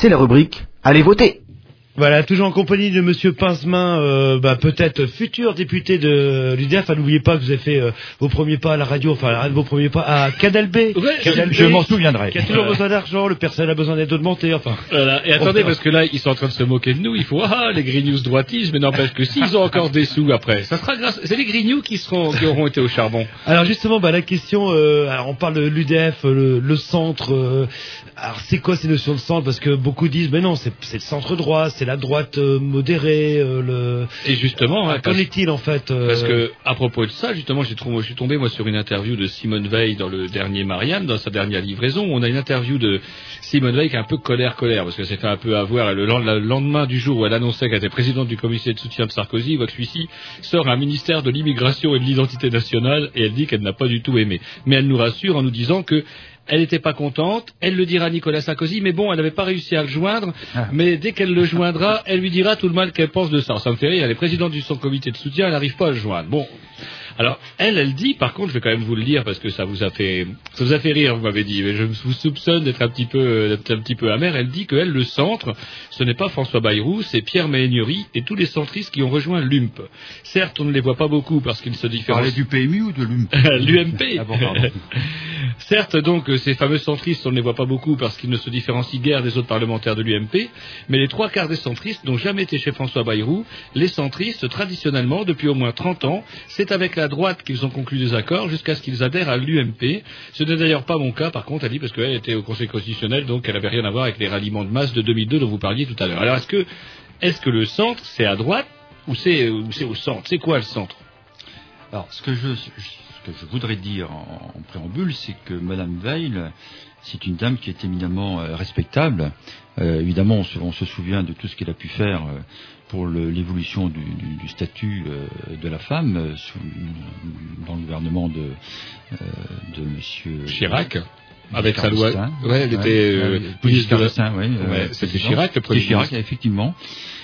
c'est la rubrique « Allez voter ». Voilà, toujours en compagnie de Monsieur Pincemain, peut-être futur député de l'UDF. N'oubliez pas que vous avez fait vos premiers pas à la radio, vos premiers pas à Canal B. Je m'en souviendrai. Qui a toujours besoin d'argent, le personnel a besoin d'être augmenté, Voilà. Et attendez, parce que là, ils sont en train de se moquer de nous. Il faut, les Grignoux droitistes, mais n'empêche que s'ils ont encore des sous après, ça sera c'est les Grignoux qui auront été au charbon. Alors justement, la question, on parle de l'UDF, le centre, alors c'est quoi ces notions de centre? Parce que beaucoup disent, mais non, c'est le centre droit, c'est la droite modérée, Et justement, qu'en est-il en fait Parce que à propos de ça, justement, je suis tombé moi sur une interview de Simone Veil dans le dernier Marianne, dans sa dernière livraison. On a une interview de Simone Veil qui est un peu colère, parce qu'elle s'est fait un peu avoir. Le lendemain du jour où elle annonçait qu'elle était présidente du comité de soutien de Sarkozy, voit que celui-ci sort un ministère de l'immigration et de l'identité nationale, et elle dit qu'elle n'a pas du tout aimé. Mais elle nous rassure en nous disant que elle n'était pas contente, elle le dira à Nicolas Sarkozy, mais bon, elle n'avait pas réussi à le joindre, mais dès qu'elle le joindra, elle lui dira tout le mal qu'elle pense de ça. Ça me fait rire, elle est présidente du son comité de soutien, elle n'arrive pas à le joindre. Bon. Alors, elle dit, par contre, je vais quand même vous le lire parce que ça vous a fait rire, vous m'avez dit, mais je vous soupçonne d'être un petit peu amer. Elle dit qu'elle, le centre, ce n'est pas François Bayrou, c'est Pierre Méhaignerie et tous les centristes qui ont rejoint l'UMP. Certes, on ne les voit pas beaucoup parce qu'ils se différencient. Vous parlez du PMU ou de l'UMP? L'UMP. Ah bon, pardon. Certes, donc, ces fameux centristes, on ne les voit pas beaucoup parce qu'ils ne se différencient guère des autres parlementaires de l'UMP, mais les 3/4 des centristes n'ont jamais été chez François Bayrou. Les centristes, traditionnellement, depuis au moins 30 ans, c'est avec la droite qu'ils ont conclu des accords jusqu'à ce qu'ils adhèrent à l'UMP. Ce n'est d'ailleurs pas mon cas, par contre, elle dit, parce qu'elle était au Conseil constitutionnel, donc elle n'avait rien à voir avec les ralliements de masse de 2002 dont vous parliez tout à l'heure. Alors, est-ce que le centre, c'est à droite ou c'est au centre? C'est quoi le centre? Alors, ce que je voudrais dire en préambule, c'est que Madame Veil, c'est une dame qui est éminemment respectable. Évidemment, on se souvient de tout ce qu'elle a pu faire pour l'évolution du statut de la femme dans le gouvernement de Monsieur Chirac. Avec sa loi. Ouais, elle était ministre de Giscard, c'était Chirac, le premier ministre. Effectivement.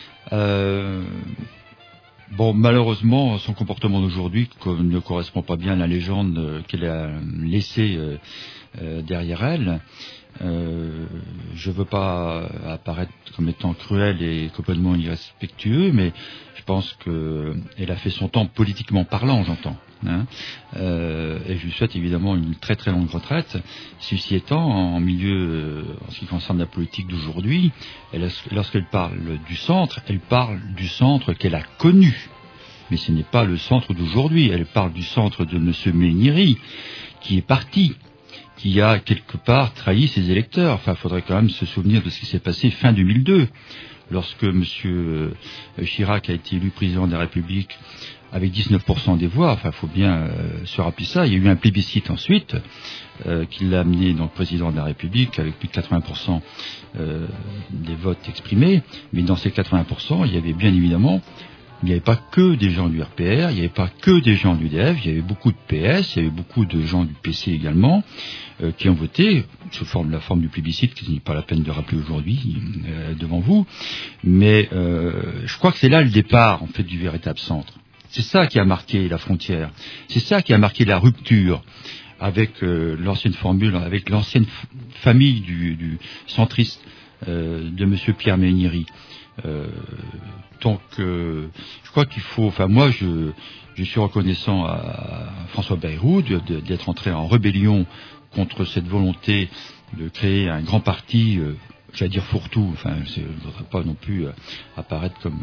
Bon, malheureusement, son comportement d'aujourd'hui ne correspond pas bien à la légende qu'elle a laissée derrière elle. Je veux pas apparaître comme étant cruel et complètement irrespectueux, mais je pense que elle a fait son temps politiquement parlant, j'entends. Et je lui souhaite évidemment une très très longue retraite. Ceci étant, en ce qui concerne la politique d'aujourd'hui, lorsqu'elle parle du centre, elle parle du centre qu'elle a connu. Mais ce n'est pas le centre d'aujourd'hui. Elle parle du centre de M. Méhaignerie, qui est parti, qui a quelque part trahi ses électeurs. Enfin, il faudrait quand même se souvenir de ce qui s'est passé fin 2002, lorsque M. Chirac a été élu président de la République avec 19% des voix. Enfin, il faut bien se rappeler ça. Il y a eu un plébiscite ensuite qui l'a amené donc président de la République avec plus de 80% des votes exprimés. Mais dans ces 80%, il y avait bien évidemment, il n'y avait pas que des gens du RPR, il n'y avait pas que des gens du UDF, il y avait beaucoup de PS, il y avait beaucoup de gens du PC également, qui ont voté sous la forme du plébiscite, qui n'est pas la peine de rappeler aujourd'hui devant vous. Mais je crois que c'est là le départ en fait du véritable centre. C'est ça qui a marqué la frontière. C'est ça qui a marqué la rupture avec l'ancienne formule, avec l'ancienne famille du centriste de Monsieur Pierre Méhaignerie. Donc, je crois qu'il faut. Enfin, moi, je suis reconnaissant à François Bayrou d'être entré en rébellion contre cette volonté de créer un grand parti. J'allais dire fourre-tout. Enfin, je ne voudrais pas non plus apparaître comme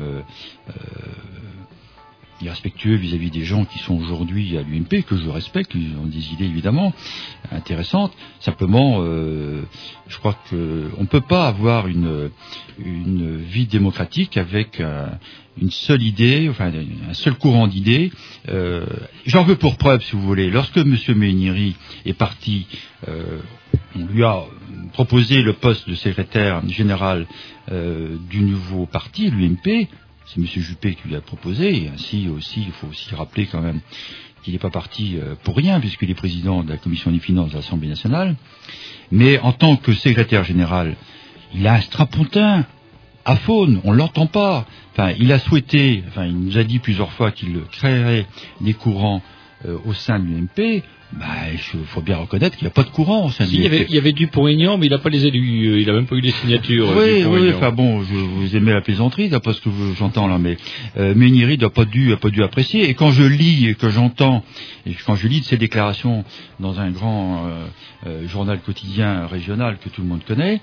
irrespectueux vis-à-vis des gens qui sont aujourd'hui à l'UMP, que je respecte, ils ont des idées évidemment intéressantes. Simplement, je crois qu'on ne peut pas avoir une vie démocratique avec une seule idée, enfin un seul courant d'idées. J'en veux pour preuve, si vous voulez, lorsque M. Méhaignerie est parti, on lui a proposé le poste de secrétaire général du nouveau parti, l'UMP. C'est M. Juppé qui lui a proposé, et ainsi aussi, il faut aussi rappeler quand même qu'il n'est pas parti pour rien, puisqu'il est président de la Commission des finances de l'Assemblée nationale. Mais en tant que secrétaire général, il a un strapontin à faune, on ne l'entend pas. Enfin, il a souhaité, il nous a dit plusieurs fois qu'il créerait des courants au sein de l'UMP, il faut bien reconnaître qu'il n'y a pas de courant au sein de l'UMP. Il y avait Dupont-Aignan, mais il n'a pas les élus, il n'a même pas eu les signatures. Oui, enfin bon, vous aimez la plaisanterie, d'après ce que j'entends là, mais Méniri n'a pas dû apprécier. Et quand je lis et que j'entends, et quand je lis de ces déclarations dans un grand journal quotidien régional que tout le monde connaît,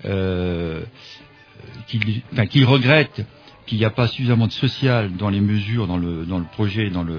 qu'il regrette qu'il n'y a pas suffisamment de social dans les mesures, dans le projet, dans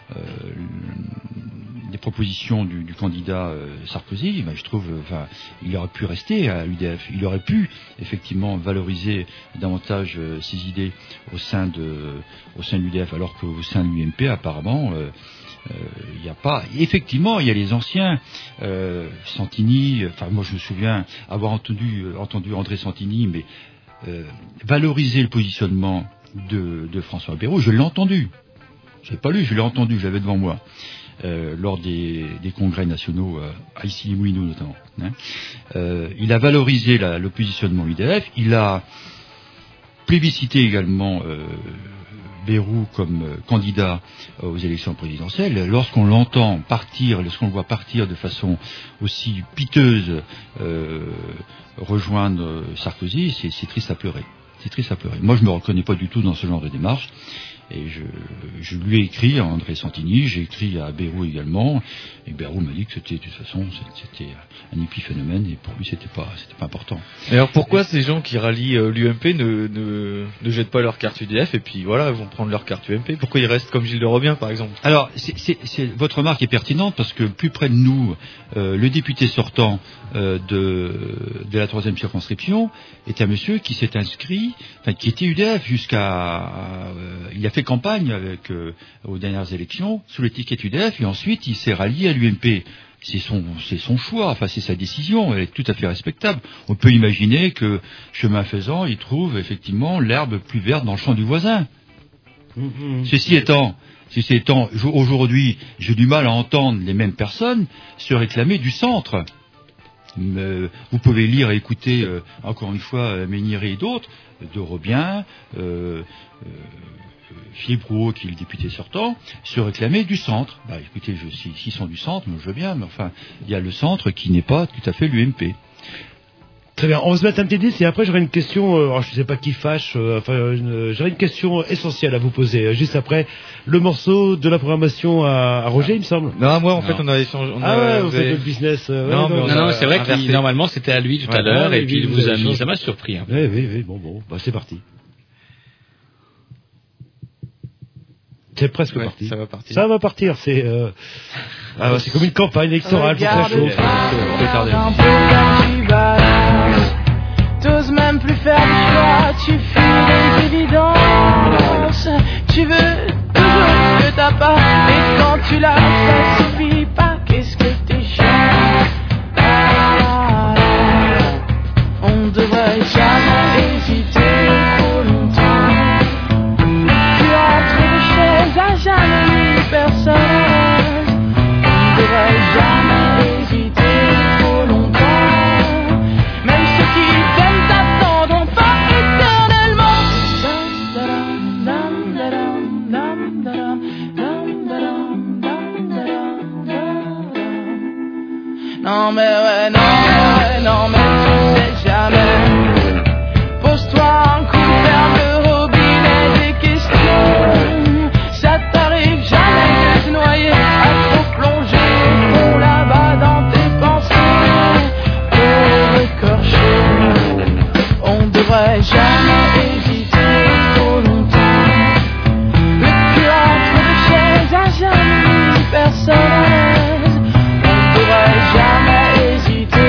les propositions du candidat Sarkozy, je trouve, il aurait pu rester à l'UDF. Il aurait pu effectivement valoriser davantage ses idées au sein de l'UDF, alors qu'au sein de l'UMP, apparemment, il n'y a pas. Effectivement, il y a les anciens, Santini. Moi, je me souviens avoir entendu André Santini, mais valoriser le positionnement de François Bayrou, je l'ai entendu. Je l'ai pas lu, je l'ai entendu, je l'avais devant moi, lors des congrès nationaux à Issy-les-Moulineaux notamment. Il a valorisé le positionnement UDF, il a plébiscité également Bayrou comme candidat aux élections présidentielles. Lorsqu'on l'entend partir, lorsqu'on le voit partir de façon aussi piteuse, rejoindre Sarkozy, c'est triste à pleurer. C'est triste à pleurer. Moi, je me reconnais pas du tout dans ce genre de démarche. Et je lui ai écrit à André Santini, j'ai écrit à Bayrou également, et Bayrou m'a dit que c'était, de toute façon, c'était un épiphénomène, et pour lui, c'était pas important. Et alors pourquoi ces gens qui rallient l'UMP ne jettent pas leur carte UDF, et puis voilà, vont prendre leur carte UMP? Pourquoi ils restent comme Gilles de Robien, par exemple? Alors, votre remarque est pertinente, parce que plus près de nous, le député sortant de la 3e circonscription est un monsieur qui s'est inscrit, qui était UDF jusqu'à... il a fait campagne aux dernières élections sous l'étiquette UDF, et ensuite il s'est rallié à l'UMP. C'est son choix, c'est sa décision, elle est tout à fait respectable. On peut imaginer que, chemin faisant, il trouve effectivement l'herbe plus verte dans le champ du voisin. Ceci étant, aujourd'hui, j'ai du mal à entendre les mêmes personnes se réclamer du centre. Vous pouvez lire et écouter, encore une fois, Méniri et d'autres, de Robien, Philippe Rouault, qui est le député sortant, se réclamer du centre. Écoutez, s'ils sont du centre, moi je veux bien, mais enfin, il y a le centre qui n'est pas tout à fait l'UMP. Très bien, on va se mettre un petit disque et après j'aurai une question, alors je ne sais pas qui fâche, j'aurai une question essentielle à vous poser, juste après le morceau de la programmation à Roger, il me semble. Non, moi en fait on a échangé... vous faites le business. Non, c'est vrai que normalement c'était à lui tout à l'heure, et puis il vous a mis, ça m'a surpris. Oui, bon, c'est parti. C'est presque parti. Ça va partir. C'est comme une campagne électorale. C'est très chaud. T'oses même plus faire de choix. Tu fuis les évidences. Tu veux toujours ce que t'as pas. Et quand tu l'as, ça suffit pas. Qu'est-ce que t'es chiant. On devrait jamais hésiter trop longtemps. À jamais mis personne. On devrait jamais hésiter trop longtemps. Même ceux qui t'aiment t'attendront pas éternellement. Non mais tu sais jamais. Pose-toi un coup, ferme le robinet des questions. Ça t'arrive jamais de te noyer, à trop plonger pour là-bas dans tes pensées. Pour écorcher, on devrait jamais hésiter trop longtemps. Le cul entre deux chaises, à jamais mis personne à l'aise. On devrait jamais hésiter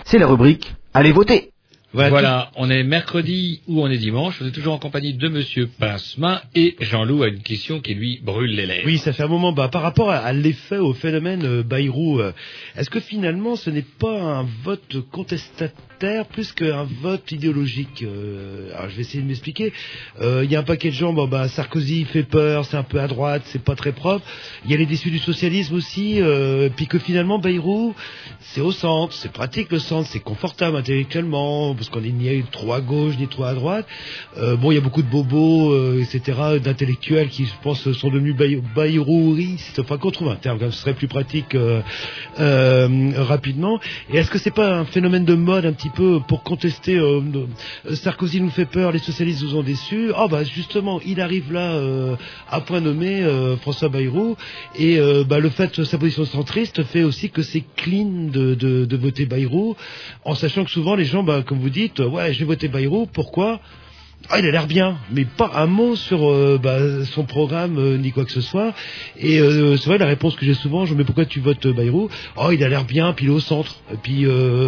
c'est la rubrique Allez voter. Voilà, on est mercredi ou on est dimanche, on est toujours en compagnie de Monsieur Pince-Main et Jean-Loup a une question qui lui brûle les lèvres. Oui, ça fait un moment. Par rapport à l'effet, au phénomène Bayrou, est-ce que finalement ce n'est pas un vote contestataire plus qu'un vote idéologique? Alors je vais essayer de m'expliquer. Il y a un paquet de gens, Sarkozy fait peur, c'est un peu à droite, c'est pas très propre. Il y a les déçus du socialisme aussi, puis que finalement Bayrou, c'est au centre, c'est pratique le centre, c'est confortable intellectuellement, parce qu'on est ni trop à gauche ni trop à droite. Il y a beaucoup de bobos, etc., d'intellectuels qui, je pense, sont devenus bayrouistes, enfin qu'on trouve un terme, ce serait plus pratique rapidement. Et est-ce que c'est pas un phénomène de mode un petit peu pour contester Sarkozy nous fait peur, les socialistes nous ont déçus. Justement, il arrive là à point nommé François Bayrou, et le fait, sa position centriste fait aussi que c'est clean de voter Bayrou, en sachant que souvent les gens, comme vous dites, je vais voter Bayrou, pourquoi? Il a l'air bien, mais pas un mot sur son programme ni quoi que ce soit. Et c'est vrai, la réponse que j'ai souvent, mais pourquoi tu votes Bayrou? Il a l'air bien, puis il est au centre. Et puis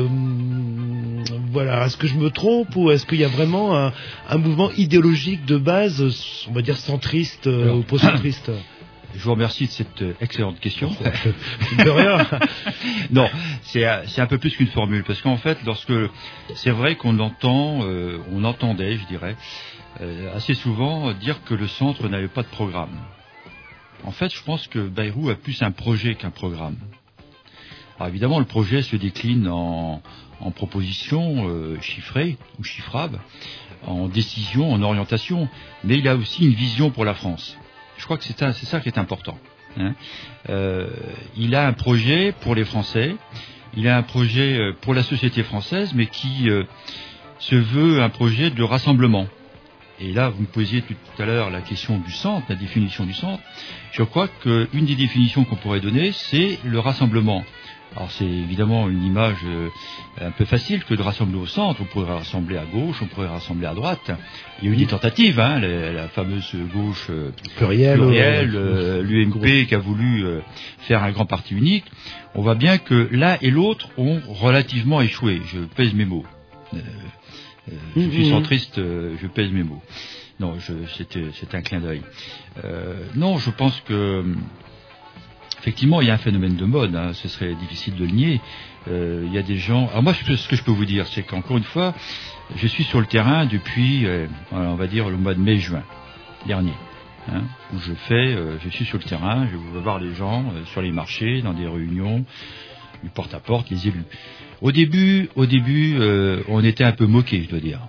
voilà, est-ce que je me trompe ou est-ce qu'il y a vraiment un mouvement idéologique de base, on va dire centriste ou post-centriste? Je vous remercie de cette excellente question. De rien. Non, c'est un peu plus qu'une formule, parce qu'en fait, c'est vrai qu'on entendait, je dirais, assez souvent dire que le centre n'avait pas de programme. En fait, je pense que Bayrou a plus un projet qu'un programme. Alors évidemment, le projet se décline en propositions chiffrées ou chiffrables, en décisions, en orientation, mais il a aussi une vision pour la France. Je crois que c'est ça qui est important. Il a un projet pour les Français, il a un projet pour la société française, mais qui se veut un projet de rassemblement. Et là, vous me posiez tout à l'heure la question du centre, la définition du centre. Je crois qu'une des définitions qu'on pourrait donner, c'est le rassemblement. Alors c'est évidemment une image un peu facile que de rassembler au centre. On pourrait rassembler à gauche, on pourrait rassembler à droite. Il y a eu des tentatives, la fameuse gauche plurielle, l'UMP qui a voulu faire un grand parti unique. On voit bien que l'un et l'autre ont relativement échoué. Je pèse mes mots. Je suis centriste, je pèse mes mots. Non, c'est un clin d'œil. Non, je pense que effectivement, il y a un phénomène de mode, ce serait difficile de le nier. Il y a des gens... Alors moi, ce que je peux vous dire, c'est qu'encore une fois, je suis sur le terrain depuis, on va dire, le mois de mai-juin dernier. Où je suis sur le terrain, je vais voir les gens sur les marchés, dans des réunions, du porte-à-porte, les élus. Au début, on était un peu moqués, je dois dire.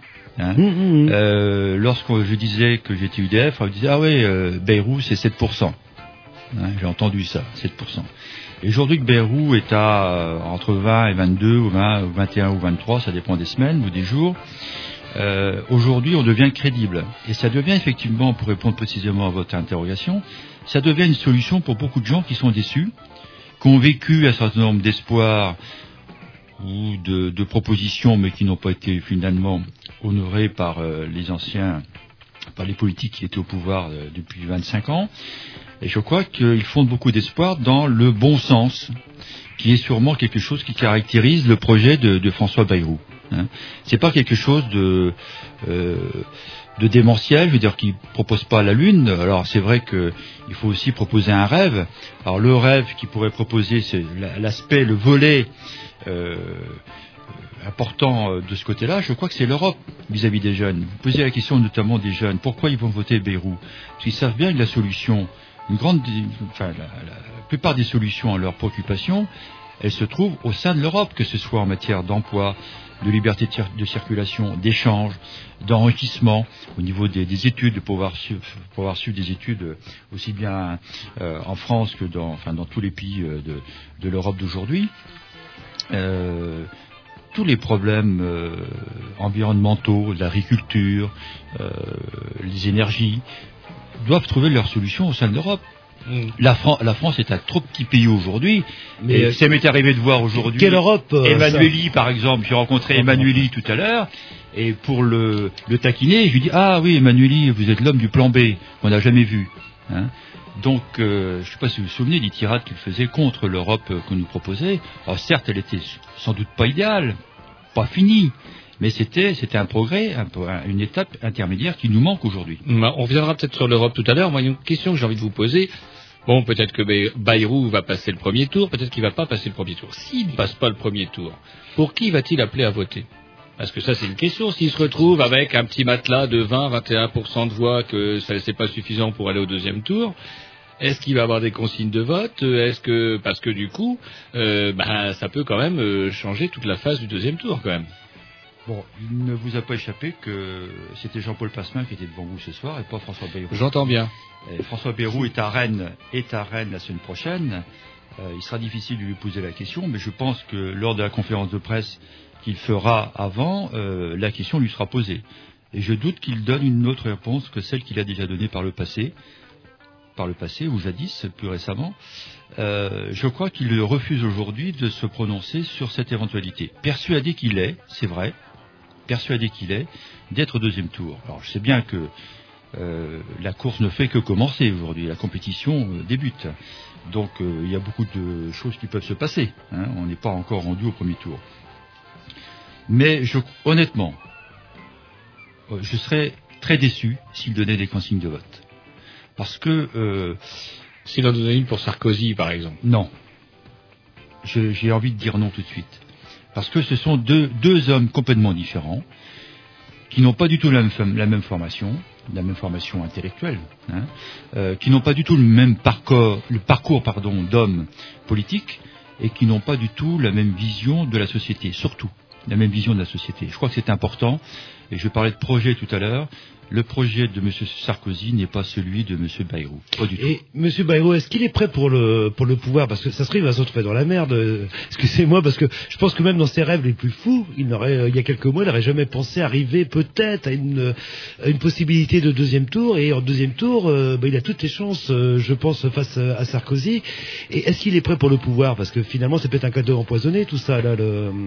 Lorsque je disais que j'étais UDF, on me disait, Bayrou, c'est 7%. J'ai entendu ça, 7%. Et aujourd'hui que Bayrou est à entre 20 et 22 ou 20, ou 21 ou 23, ça dépend des semaines ou des jours. Aujourd'hui, on devient crédible. Et ça devient effectivement, pour répondre précisément à votre interrogation, ça devient une solution pour beaucoup de gens qui sont déçus, qui ont vécu un certain nombre d'espoirs ou de propositions, mais qui n'ont pas été finalement honorées par par les politiques qui étaient au pouvoir depuis 25 ans. Et je crois qu'ils fondent beaucoup d'espoir dans le bon sens, qui est sûrement quelque chose qui caractérise le projet de François Bayrou. C'est pas quelque chose de démentiel, je veux dire, qui propose pas la lune. Alors c'est vrai que il faut aussi proposer un rêve. Alors le rêve qu'il pourrait proposer, c'est l'aspect, le volet important de ce côté-là. Je crois que c'est l'Europe vis-à-vis des jeunes. Vous posez la question notamment des jeunes. Pourquoi ils vont voter Bayrou? Parce qu'ils savent bien que la solution, la plupart des solutions à leurs préoccupations, elles se trouvent au sein de l'Europe, que ce soit en matière d'emploi, de liberté de circulation, d'échange, d'enrichissement, au niveau des études, de pouvoir suivre des études aussi bien en France que dans tous les pays de l'Europe d'aujourd'hui. Tous les problèmes environnementaux, l'agriculture, les énergies, doivent trouver leur solution au sein de l'Europe. La France est un trop petit pays aujourd'hui. Mais ça m'est arrivé de voir aujourd'hui quelle Europe Emmanueli, par exemple. J'ai rencontré Emmanueli tout à l'heure, et pour le taquiner, je lui dis oui, Emmanueli, vous êtes l'homme du plan B qu'on n'a jamais vu. Donc, je ne sais pas si vous vous souvenez des tirades qu'il faisait contre l'Europe qu'on nous proposait. Alors certes, elle était sans doute pas idéale, pas fini. Mais c'était un progrès, une étape intermédiaire qui nous manque aujourd'hui. On reviendra peut-être sur l'Europe tout à l'heure. Moi, il y a une question que j'ai envie de vous poser. Bon, peut-être que Bayrou va passer le premier tour, peut-être qu'il va pas passer le premier tour. S'il ne passe pas le premier tour, pour qui va-t-il appeler à voter? Parce que ça, c'est une question. S'il se retrouve avec un petit matelas de 20-21% de voix, que ça c'est pas suffisant pour aller au deuxième tour, est-ce qu'il va avoir des consignes de vote? Parce que du coup, ça peut quand même changer toute la phase du deuxième tour, quand même. Bon, il ne vous a pas échappé que c'était Jean-Paul Passemin qui était devant vous ce soir et pas François Bayrou. J'entends bien. François Bayrou est à Rennes la semaine prochaine. Il sera difficile de lui poser la question, mais je pense que lors de la conférence de presse qu'il fera avant, la question lui sera posée. Et je doute qu'il donne une autre réponse que celle qu'il a déjà donnée par le passé ou jadis, plus récemment. Je crois qu'il refuse aujourd'hui de se prononcer sur cette éventualité. Persuadé qu'il est, c'est vrai, d'être au deuxième tour. Alors je sais bien que la course ne fait que commencer aujourd'hui, la compétition débute. Donc il y a beaucoup de choses qui peuvent se passer. On n'est pas encore rendu au premier tour. Mais honnêtement, je serais très déçu s'il donnait des consignes de vote. Parce que... s'il en donnait une pour Sarkozy, par exemple. Non. J'ai envie de dire non tout de suite. Parce que ce sont deux hommes complètement différents, qui n'ont pas du tout la même formation intellectuelle, qui n'ont pas du tout le même parcours d'hommes politiques, et qui n'ont pas du tout la même vision de la société, surtout. La même vision de la société. Je crois que c'est important, et je parlais de projet tout à l'heure. Le projet de M. Sarkozy n'est pas celui de M. Bayrou. Pas du tout. Et M. Bayrou, est-ce qu'il est prêt pour le pouvoir? Parce que ça se trouve, il va se retrouver dans la merde. Excusez-moi, parce que je pense que même dans ses rêves les plus fous, il y a quelques mois, il n'aurait jamais pensé arriver peut-être à une possibilité de deuxième tour. Et en deuxième tour, il a toutes les chances, je pense, face à Sarkozy. Et est-ce qu'il est prêt pour le pouvoir? Parce que finalement, c'est peut-être un cadeau empoisonné, tout ça, là,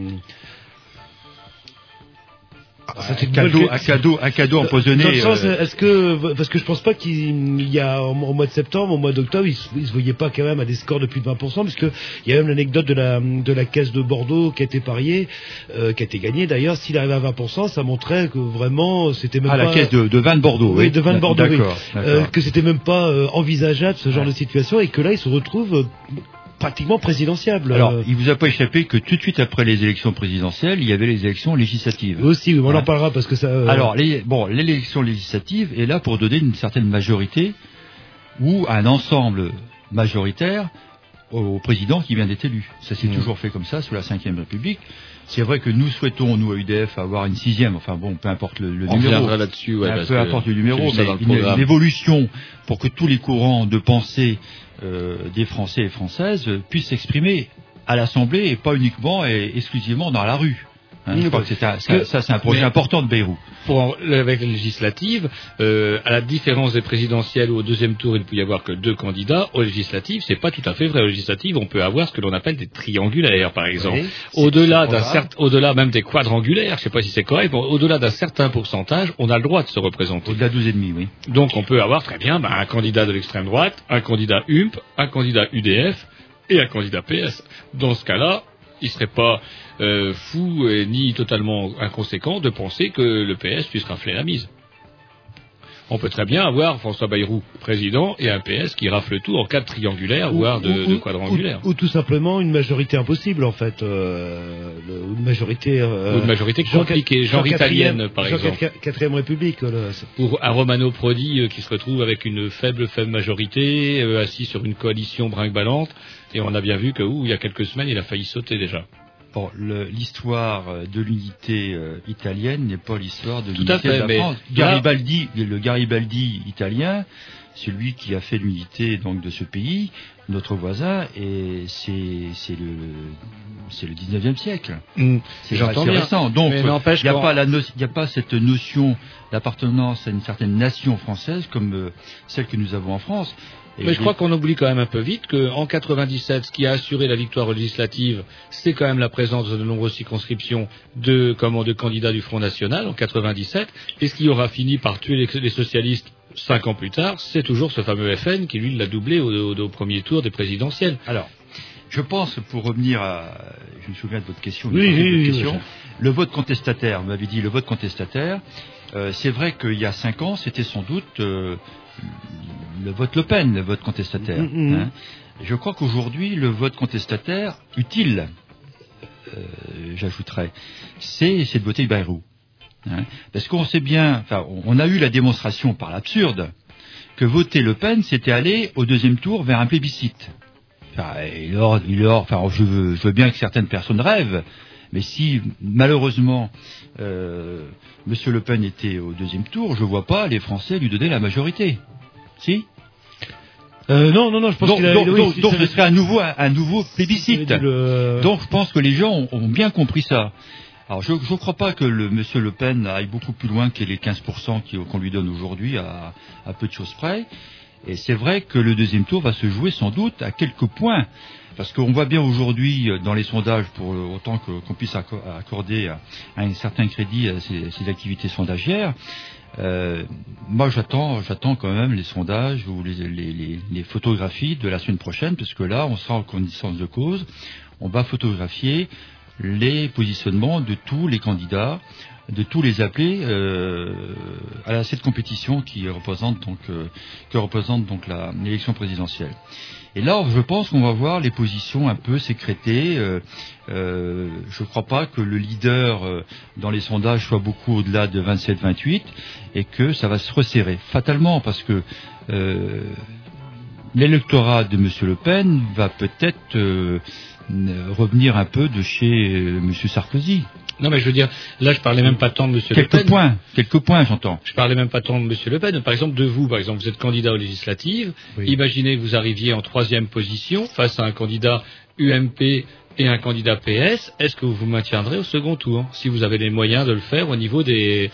un cadeau empoisonné. Dans le sens, est-ce que, parce que je pense pas qu'il y a au mois de septembre, au mois d'octobre, il se voyait pas quand même à des scores de plus de 20%, parce que il y a même l'anecdote de la caisse de Bordeaux qui a été pariée, qui a été gagnée d'ailleurs. S'il arrivait à 20%, ça montrait que vraiment c'était même pas... la caisse de vin de Bordeaux. Oui, de vin de Bordeaux, d'accord, oui. Que c'était même pas envisageable ce genre de situation, et que là il se retrouve pratiquement présidentiable. Alors, il vous a pas échappé que tout de suite après les élections présidentielles, il y avait les élections législatives. Aussi, oui, on en parlera parce que ça... Alors, l'élection législative est là pour donner une certaine majorité ou un ensemble majoritaire au président qui vient d'être élu. Ça s'est toujours fait comme ça sous la Ve République. C'est vrai que nous souhaitons, nous, à UDF, avoir une 6e, enfin bon, peu importe le numéro. On reviendra là-dessus, peu importe le numéro, mais une évolution pour que tous les courants de pensée des Français et Françaises puissent s'exprimer à l'Assemblée et pas uniquement et exclusivement dans la rue. Je crois que c'est un projet important de Bayrou. Avec les législatives, à la différence des présidentielles où au deuxième tour il ne peut y avoir que 2 candidats, aux législatives c'est pas tout à fait vrai. Aux législatives on peut avoir ce que l'on appelle des triangulaires par exemple. Oui, au-delà même des quadrangulaires, je sais pas si c'est correct, mais au-delà d'un certain pourcentage, on a le droit de se représenter. Au-delà de 12,5, oui. Donc on peut avoir très bien un candidat de l'extrême droite, un candidat UMP, un candidat UDF et un candidat PS. Dans ce cas-là, il serait pas fou ni totalement inconséquent de penser que le PS puisse rafler la mise. On peut très bien avoir François Bayrou président et un PS qui rafle tout en cas de triangulaire, voire de quadrangulaire. Ou tout simplement une majorité impossible en fait, une majorité compliquée, genre italienne par exemple. 4e République. Pour un Romano Prodi qui se retrouve avec une faible majorité, assis sur une coalition brinque-ballante, et on a bien vu que il y a quelques semaines il a failli sauter déjà. Bon, l'histoire de l'unité italienne n'est pas l'histoire de l'unité de la France. Le Garibaldi italien, celui qui a fait l'unité donc de ce pays, notre voisin, et c'est le 19e siècle. C'est récent. Donc, il n'y a pas cette notion d'appartenance à une certaine nation française comme celle que nous avons en France. Mais je crois qu'on oublie quand même un peu vite qu'en 97, ce qui a assuré la victoire législative, c'est quand même la présence de nombreuses circonscriptions de candidats du Front National en 97, et ce qui aura fini par tuer les socialistes 5 ans plus tard, c'est toujours ce fameux FN qui lui l'a doublé au premier tour des présidentielles. Alors, Je pense, pour revenir à... Je me souviens de votre question. Oui. Le vote contestataire, vous m'avez dit le vote contestataire. C'est vrai qu'il y a 5 ans, c'était sans doute le vote Le Pen, le vote contestataire. Hein. Je crois qu'aujourd'hui, le vote contestataire utile, j'ajouterais, c'est de voter Bayrou. Hein. Parce qu'on sait bien, on a eu la démonstration par l'absurde que voter Le Pen, c'était aller au deuxième tour vers un plébiscite. Je veux bien que certaines personnes rêvent, mais si malheureusement Monsieur Le Pen était au deuxième tour, je vois pas les Français lui donner la majorité. Si? Non, je pense donc ce serait un nouveau plébiscite. Donc je pense que les gens ont bien compris ça. Alors je ne crois pas que Monsieur Le Pen aille beaucoup plus loin que les 15% qu'on lui donne aujourd'hui à peu de choses près. Et c'est vrai que le deuxième tour va se jouer sans doute à quelques points. Parce qu'on voit bien aujourd'hui dans les sondages, pour autant qu'on puisse accorder un certain crédit à ces activités sondagières, moi j'attends quand même les sondages ou les photographies de la semaine prochaine, parce que là on sera en connaissance de cause, on va photographier les positionnements de tous les candidats, de tous les appelés à cette compétition qui représente donc l'élection présidentielle. Et là, je pense qu'on va voir les positions un peu sécrétées. Je ne crois pas que le leader dans les sondages soit beaucoup au-delà de 27-28 et que ça va se resserrer fatalement parce que l'électorat de M. Le Pen va peut-être revenir un peu de chez M. Sarkozy. Non, mais je veux dire, là, je parlais même pas tant de M. Le Pen. Quelques points, j'entends. Je parlais même pas tant de M. Le Pen. Par exemple, de vous, vous êtes candidat aux législatives. Oui. Imaginez que vous arriviez en 3e position face à un candidat UMP et un candidat PS. Est-ce que vous vous maintiendrez au second tour, si vous avez les moyens de le faire au niveau des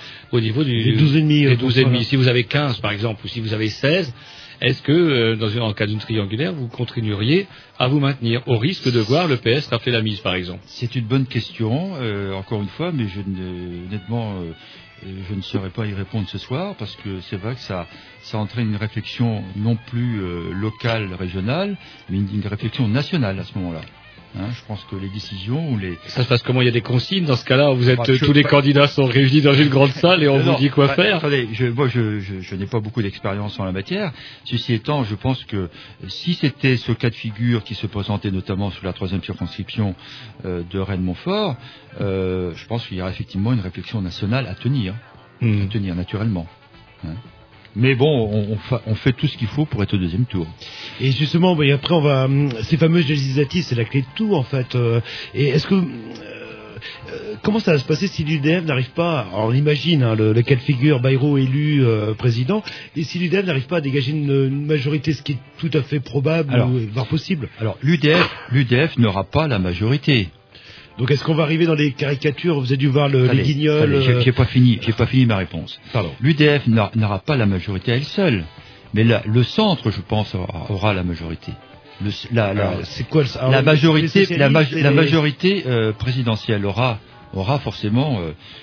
12,5. Si vous avez 15, par exemple, ou si vous avez 16, est-ce que, dans le cas d'une triangulaire, vous continueriez à vous maintenir, au risque de voir le PS rafler la mise, par exemple? C'est une bonne question, encore une fois, mais honnêtement, je ne saurais pas y répondre ce soir, parce que c'est vrai que ça entraîne une réflexion non plus locale, régionale, mais une réflexion nationale à ce moment-là. Je pense que les décisions ou les... Ça se passe comment? Il y a des consignes dans ce cas-là? Vous êtes tous les candidats sont réunis dans une grande salle et on vous dit quoi faire? Attendez, je n'ai pas beaucoup d'expérience en la matière. Ceci étant, je pense que si c'était ce cas de figure qui se présentait notamment sous la 3e circonscription de Rennes-Montfort, je pense qu'il y aura effectivement une réflexion nationale à tenir naturellement. Mais bon, on fait tout ce qu'il faut pour être au deuxième tour. Et justement, après, ces fameuses législatives, c'est la clé de tout, en fait. Et est-ce que comment ça va se passer si l'UDF n'arrive pas, on imagine le cas de figure Bayrou élu président, et si l'UDF n'arrive pas à dégager une majorité, ce qui est tout à fait probable, voire possible? Alors, l'UDF n'aura pas la majorité. Donc est-ce qu'on va arriver dans les caricatures? Vous avez dû voir les guignols. J'ai pas fini ma réponse. Pardon. L'UDF n'aura pas la majorité à elle seule, mais le centre, je pense, aura la majorité. C'est quoi la majorité présidentielle aura forcément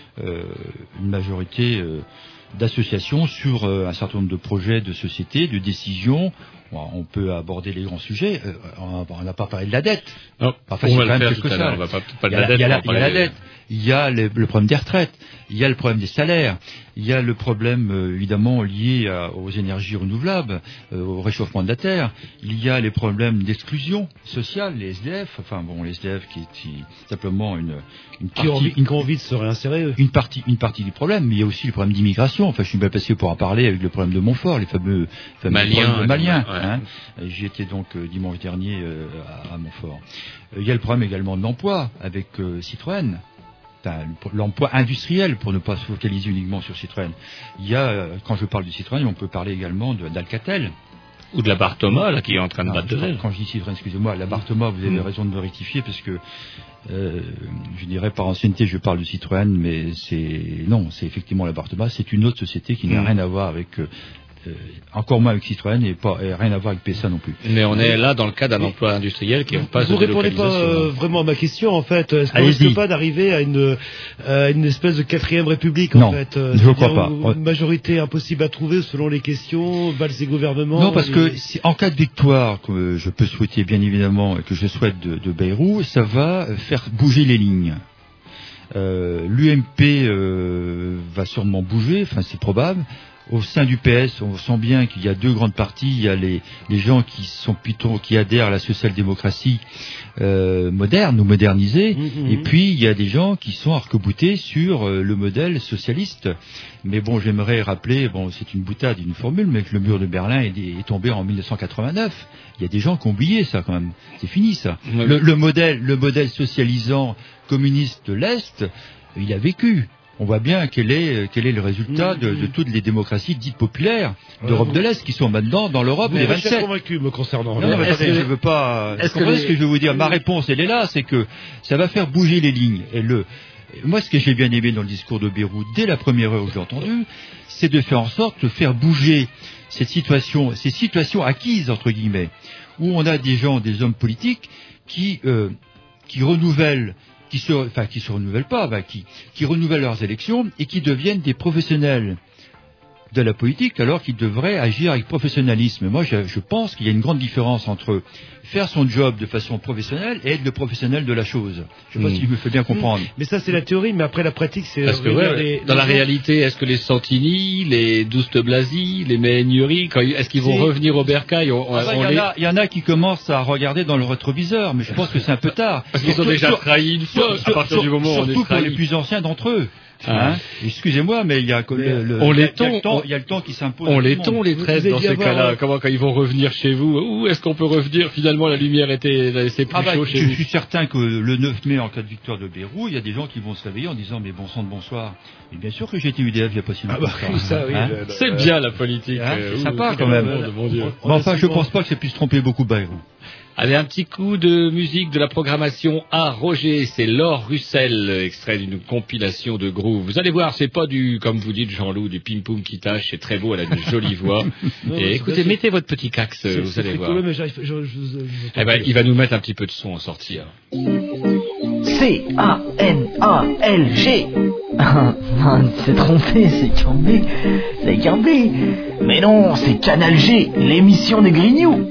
une majorité d'associations sur un certain nombre de projets de société, de décisions. On peut aborder les grands sujets. On n'a pas parlé de la dette. Non, enfin, c'est quand même quelque chose. Il y a la dette. Il y a le problème des retraites. Il y a le problème des salaires. Il y a le problème évidemment lié aux énergies renouvelables, au réchauffement de la terre. Il y a les problèmes d'exclusion sociale, les SDF. Enfin bon, les SDF qui simplement une partie, qui ont envie de se réinsérer. Une partie du problème, mais il y a aussi le problème d'immigration. Enfin, je suis bien placé pour en parler avec le problème de Montfort, les fameux Maliens. J'y étais donc dimanche dernier à Montfort. Il y a le problème également de l'emploi avec Citroën. L'emploi industriel, pour ne pas se focaliser uniquement sur Citroën. Il y a, quand je parle de Citroën, on peut parler également d'Alcatel. Ou de la Barthoma, là, qui est en train de battre de l'aile. Quand je dis Citroën, excusez-moi, la Barthoma, vous avez raison de me rectifier, parce que, je dirais par ancienneté, je parle de Citroën, mais c'est effectivement la Barthoma, c'est une autre société qui n'a rien à voir avec encore moins avec Citroën et rien à voir avec PSA non plus. Mais on est là dans le cas d'un emploi industriel qui est en passe de délocalisation. Vous répondez pas vraiment à ma question en fait. Est-ce qu'on risque pas d'arriver à une espèce de 4e république en fait? Non, je crois pas. Une majorité impossible à trouver selon les questions, valent ces gouvernements. Non, parce que en cas de victoire, que je peux souhaiter bien évidemment et que je souhaite de Bayrou, ça va faire bouger les lignes. L'UMP va sûrement bouger, enfin c'est probable. Au sein du PS, on sent bien qu'il y a 2 grandes parties. Il y a les gens qui adhèrent à la social-démocratie moderne ou modernisée, et puis il y a des gens qui sont arc-boutés sur le modèle socialiste. Mais bon, j'aimerais rappeler, c'est une boutade, une formule, mais que le mur de Berlin est tombé en 1989. Il y a des gens qui ont oublié ça quand même. C'est fini ça. Le modèle socialisant communiste de l'Est, il a vécu. On voit bien quel est le résultat de toutes les démocraties dites populaires d'Europe de l'Est qui sont maintenant dans l'Europe des 27. Je suis convaincu me concernant. Non, mais je veux pas. Vous comprenez ce que je veux vous dire? Ma réponse, elle est là, c'est que ça va faire bouger les lignes. Moi, ce que j'ai bien aimé dans le discours de Bayrou, dès la première heure où j'ai entendu, c'est de faire en sorte de faire bouger ces situations acquises entre guillemets, où on a des hommes politiques qui renouvellent. Qui se renouvellent pas, qui renouvellent leurs élections et qui deviennent des professionnels de la politique alors qu'ils devraient agir avec professionnalisme. Moi, je pense qu'il y a une grande différence entre faire son job de façon professionnelle et être le professionnel de la chose. Je ne sais pas si je me fais bien comprendre. Mais ça, c'est la théorie, mais après la pratique, c'est... Parce que dans la réalité, est-ce que les Santini, les Douste Blasi, les Méhaignerie, est-ce qu'ils vont revenir au bercail? Il y en a qui commencent à regarder dans le rétroviseur, mais je pense que c'est un peu tard. Parce qu'ils ont déjà trahi une fois, à partir du moment où on est trahi. Surtout pour les plus anciens d'entre eux. Excusez-moi, mais il y a le temps qui s'impose. On les tond les 13 dans ces cas-là. Comment quand ils vont revenir chez vous? Où est-ce qu'on peut revenir? Finalement, la lumière était plus chaud chez vous. Je suis certain que le 9 mai, en cas de victoire de Bayrou, il y a des gens qui vont se réveiller en disant mais bon sang de bonsoir. Et bien sûr que j'ai été UDF il n'y a pas si longtemps. C'est bien la politique. C'est sympa quand même. Mais enfin, je pense pas que ça puisse tromper beaucoup Bayrou. Allez, un petit coup de musique de la programmation à Roger, c'est Laure Russell, extrait d'une compilation de groove. Vous allez voir, c'est pas comme vous dites Jean-Loup, du pim-poum qui tâche, c'est très beau, elle a une jolie voix. Et écoutez, mettez votre petit cax, vous allez voir. Il va nous mettre un petit peu de son en sortie. C-A-N-A-L-G. Non, c'est trompé, c'est Cambé. Mais non, c'est Canal G, l'émission des Grignoux.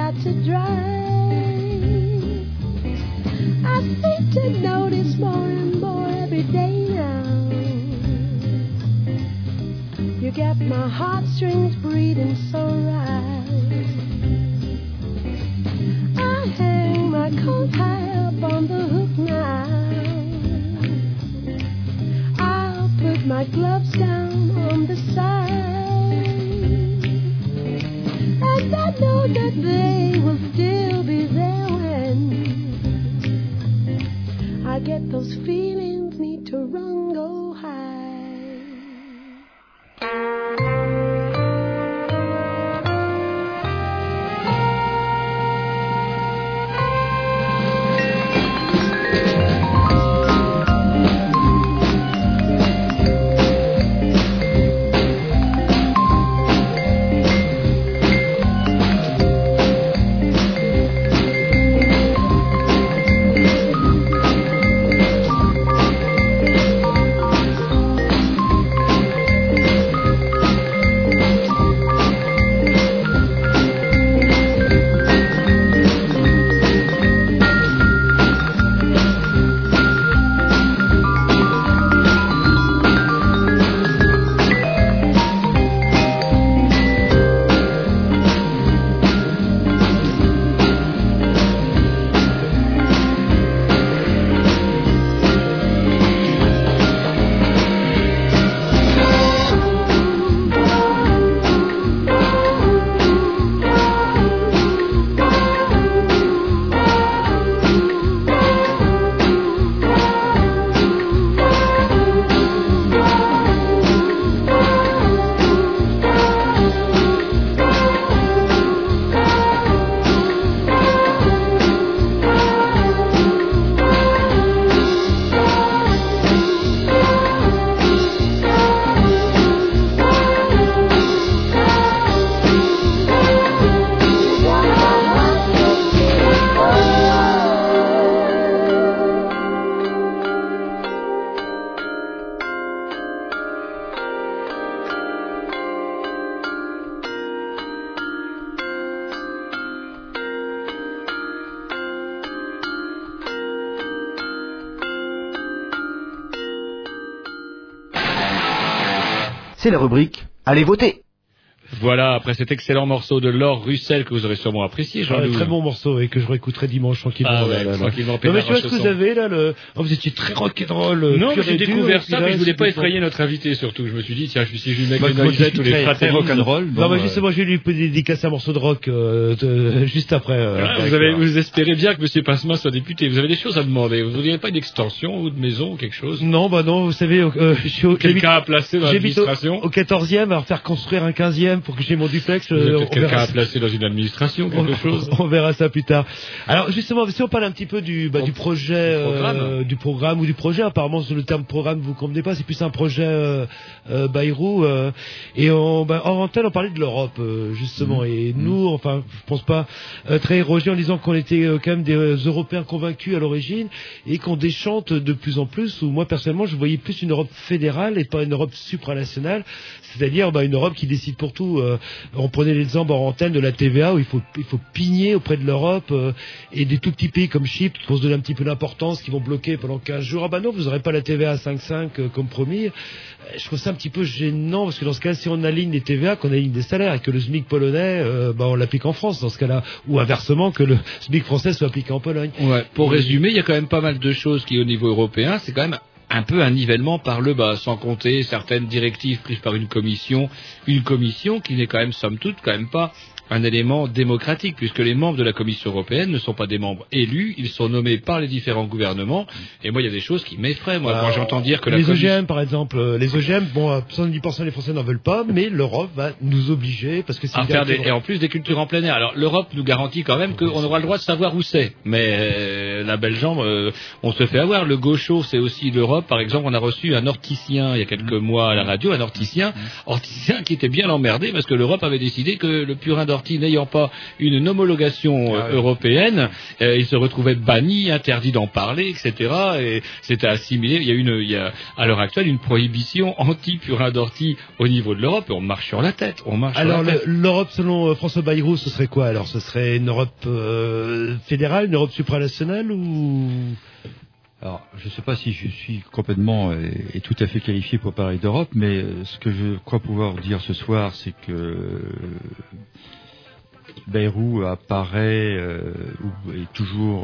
got to drive. I seem to notice more and more every day now. You got my heartstrings breathing so right. I hang my coat high up on the hook now. I'll put my gloves down on the side. And I know that they will still be there when I get those feelings need to run, go high. C'est la rubrique Allez voter. Voilà, après cet excellent morceau de Laure Russell que vous aurez sûrement apprécié, Jean-Loup. Très bon morceau et que je réécouterai dimanche tranquillement. Ah ouais, tranquillement. Non mais tu vois ce que vous avez là, vous étiez très rock'n'roll. Non, j'ai découvert ça, mais je voulais pas effrayer notre invité surtout. Je me suis dit, tiens, si je lui mets une noisette ou les fratés rock'n'roll. Non, mais justement, je vais lui dédicacer un morceau de rock juste après. Vous espérez bien que M. Passemin soit député. Vous avez des choses à demander. Vous n'auriez pas une extension ou de maison ou quelque chose? Non, non, vous savez, quelqu'un a placé dans l'administration. Au 14e, alors faire construire un 15e pour que j'ai mon duplex. Quelqu'un a placé dans une administration, quelque chose. On verra ça plus tard. Alors justement, si on parle un petit peu du projet, du programme ou du projet, apparemment le terme programme vous convenez pas, c'est plus un projet Bayrou. Et en antenne, on parlait de l'Europe justement. Et nous, enfin, je pense pas très érogé en disant qu'on était quand même des Européens convaincus à l'origine et qu'on déchante de plus en plus. Où moi personnellement, je voyais plus une Europe fédérale et pas une Europe supranationale, c'est-à-dire une Europe qui décide pour tout. On prenait l'exemple en antenne de la TVA où il faut pigner auprès de l'Europe et des tout petits pays comme Chypre pour se donner un petit peu d'importance qui vont bloquer pendant 15 jours. Ah bah non, vous n'aurez pas la TVA à 5,5 comme promis. Je trouve ça un petit peu gênant parce que dans ce cas, si on aligne les TVA, qu'on aligne des salaires et que le SMIC polonais, on l'applique en France dans ce cas-là, ou inversement que le SMIC français soit appliqué en Pologne. Ouais. Pour résumer, il y a quand même pas mal de choses qui au niveau européen, c'est quand même un peu un nivellement par le bas, sans compter certaines directives prises par une commission qui n'est quand même, somme toute, quand même pas un élément démocratique, puisque les membres de la Commission européenne ne sont pas des membres élus, ils sont nommés par les différents gouvernements, et moi il y a des choses qui m'effraient, quand j'entends dire que les OGM par exemple, les OGM, 70% des Français n'en veulent pas, mais l'Europe va nous obliger, parce que c'est et en plus des cultures en plein air. Alors l'Europe nous garantit quand même qu'on aura le droit de savoir où c'est, mais la belle jambe, on se fait avoir. Le gaucho, c'est aussi l'Europe l'Europe. Par exemple, on a reçu un horticien il y a quelques mois à la radio, un horticien qui était bien emmerdé parce que l'Europe avait décidé que le purin d'ortie n'ayant pas une homologation européenne, il se retrouvait banni, interdit d'en parler, etc. Et c'était assimilé. Il y a à l'heure actuelle une prohibition anti-purin d'ortie au niveau de l'Europe et on marche sur la tête. Alors l'Europe, selon François Bayrou, ce serait quoi alors? Ce serait une Europe fédérale, une Europe supranationale ou... Alors, je ne sais pas si je suis complètement et tout à fait qualifié pour parler d'Europe, mais ce que je crois pouvoir dire ce soir, c'est que Bayrou apparaît ou est toujours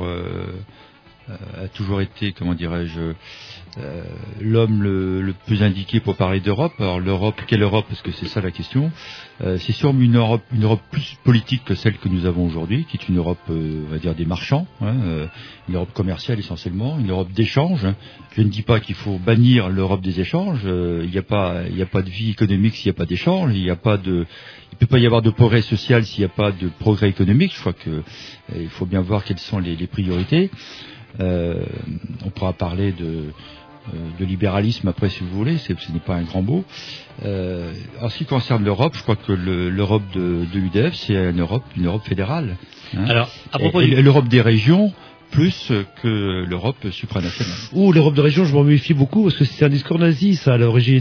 a toujours été, comment dirais-je, l'homme le plus indiqué pour parler d'Europe. Alors l'Europe, quelle Europe? Parce que c'est ça la question. C'est sûrement une Europe plus politique que celle que nous avons aujourd'hui, qui est une Europe, on va dire, des marchands, une Europe commerciale essentiellement, une Europe d'échange. Je ne dis pas qu'il faut bannir l'Europe des échanges. Il n'y a pas de vie économique s'il n'y a pas d'échange. Il peut pas y avoir de progrès social s'il n'y a pas de progrès économique. Je crois que il faut bien voir quelles sont les priorités. On pourra parler de libéralisme après si vous voulez, ce n'est pas un grand mot. En ce qui concerne l'Europe, je crois que l'Europe de l'UDF, c'est une Europe fédérale. Alors, à propos et l'Europe des régions, plus que l'Europe supranationale. Ou l'Europe de région, je m'en méfie beaucoup parce que c'est un discours nazi, ça à l'origine.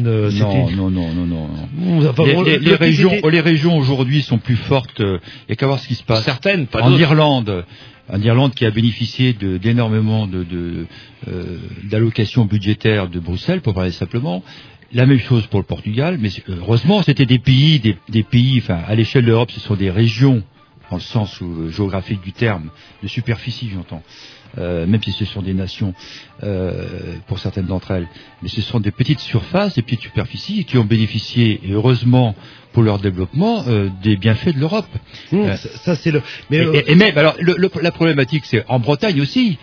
Non. Enfin, les régions aujourd'hui sont plus fortes. Il n'y a qu'à voir ce qui se passe. Certaines, pas en d'autres. Irlande. En Irlande, qui a bénéficié d'énormément d'allocations budgétaires de Bruxelles, pour parler simplement. La même chose pour le Portugal, mais heureusement, c'était des pays, enfin, à l'échelle de l'Europe, ce sont des régions, dans le sens géographique du terme, de superficie, j'entends. Même si ce sont des nations, pour certaines d'entre elles, mais ce sont des petites surfaces, des petites superficies qui ont bénéficié, et heureusement pour leur développement, des bienfaits de l'Europe. Ça c'est le. Mais et même alors la problématique, c'est en Bretagne aussi.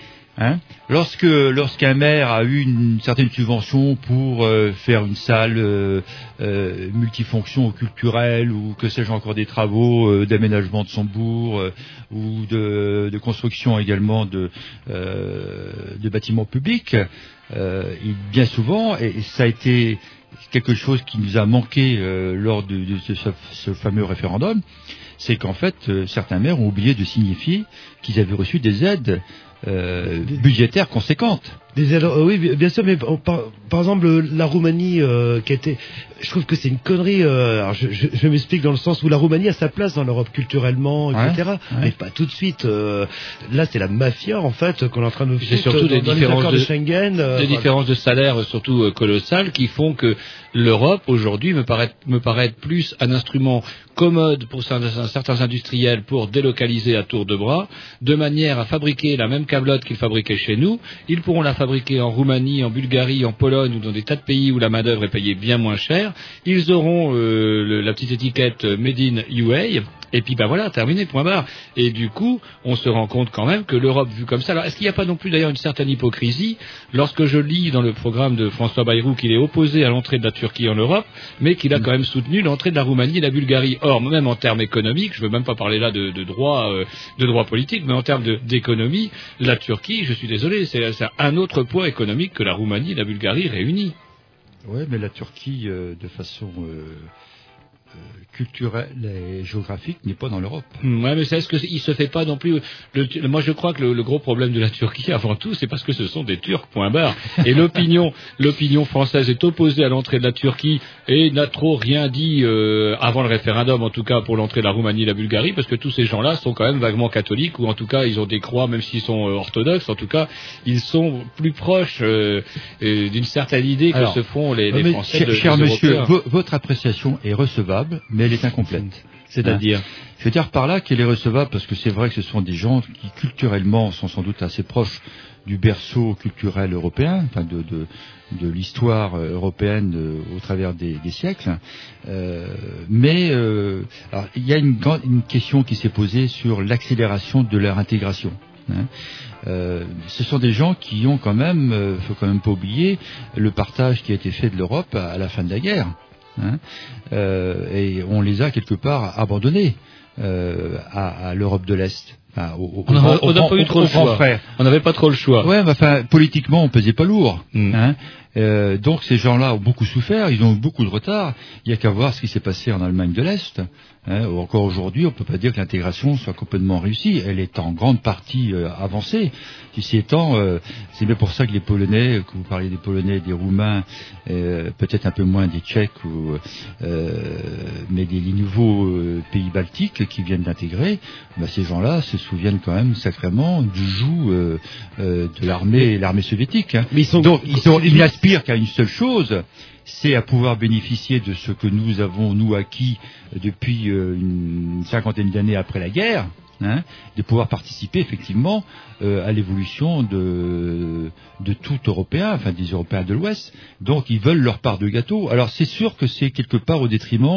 Lorsqu'un maire a eu une certaine subvention pour faire une salle multifonction culturelle ou que sais-je encore des travaux d'aménagement de son bourg ou de construction également de bâtiments publics, bien souvent, et ça a été quelque chose qui nous a manqué lors de ce fameux référendum, c'est qu'en fait certains maires ont oublié de signifier qu'ils avaient reçu des aides budgétaires conséquentes. Des aides, oui, bien sûr, mais par exemple la Roumanie qui a été, je trouve que c'est une connerie. Alors je m'explique dans le sens où la Roumanie a sa place dans l'Europe culturellement, etc. Mais pas tout de suite. Là, c'est la mafia en fait qu'on est en train de nous C'est surtout des différences de Schengen, différences de salaire surtout colossales qui font que l'Europe aujourd'hui me paraît être plus un instrument commode pour certains industriels pour délocaliser à tour de bras, de manière à fabriquer la même câblotte qu'ils fabriquaient chez nous. Ils pourront la fabriquer en Roumanie, en Bulgarie, en Pologne ou dans des tas de pays où la main-d'œuvre est payée bien moins cher. Ils auront la petite étiquette Made in UA. Et puis voilà, terminé, point barre. Et du coup, on se rend compte quand même que l'Europe vue comme ça. Alors, est-ce qu'il n'y a pas non plus d'ailleurs une certaine hypocrisie lorsque je lis dans le programme de François Bayrou qu'il est opposé à l'entrée de la Turquie en Europe, mais qu'il a quand même soutenu l'entrée de la Roumanie et de la Bulgarie. Or, même en termes économiques, je ne veux même pas parler là de droit politique, mais en termes d'économie, la Turquie, je suis désolé, c'est un autre poids économique que la Roumanie et la Bulgarie réunis. Oui, mais la Turquie, de façon culturelle et géographique, n'est pas dans l'Europe. Ouais, mais est-ce qu'il se fait pas non plus moi je crois que le gros problème de la Turquie avant tout, c'est parce que ce sont des Turcs, point barre. Et l'opinion française est opposée à l'entrée de la Turquie et n'a trop rien dit avant le référendum, en tout cas pour l'entrée de la Roumanie et la Bulgarie, parce que tous ces gens-là sont quand même vaguement catholiques, ou en tout cas ils ont des croix, même s'ils sont orthodoxes, en tout cas ils sont plus proches d'une certaine idée que se font les Français. Cher monsieur, votre appréciation est recevable, mais elle est incomplète. C'est-à-dire Je veux dire par là qu'elle est recevable parce que c'est vrai que ce sont des gens qui culturellement sont sans doute assez proches du berceau culturel européen, enfin de l'histoire européenne au travers des siècles. Mais il y a une question qui s'est posée sur l'accélération de leur intégration. Ce sont des gens qui ont quand même, faut quand même pas oublier, le partage qui a été fait de l'Europe à la fin de la guerre. Et on les a quelque part abandonnés à l'Europe de l'Est. Enfin, on n'a pas eu trop le choix. On n'avait pas trop le choix. Ouais, mais enfin, politiquement, on pesait pas lourd. Donc ces gens-là ont beaucoup souffert, ils ont eu beaucoup de retard. Il n'y a qu'à voir ce qui s'est passé en Allemagne de l'Est. Encore aujourd'hui, on ne peut pas dire que l'intégration soit complètement réussie. Elle est en grande partie avancée. Ceci étant, c'est bien pour ça que les Polonais, que vous parlez des Polonais, des Roumains, peut-être un peu moins des Tchèques, mais des nouveaux pays baltiques qui viennent d'intégrer, ces gens-là se souviennent quand même sacrément du joug de l'armée soviétique. Mais ils n'aspirent qu'à une seule chose, c'est à pouvoir bénéficier de ce que nous avons, nous, acquis depuis une cinquantaine d'années après la guerre, de pouvoir participer effectivement à l'évolution de tout Européen, enfin des Européens de l'Ouest. Donc ils veulent leur part de gâteau. Alors c'est sûr que c'est quelque part au détriment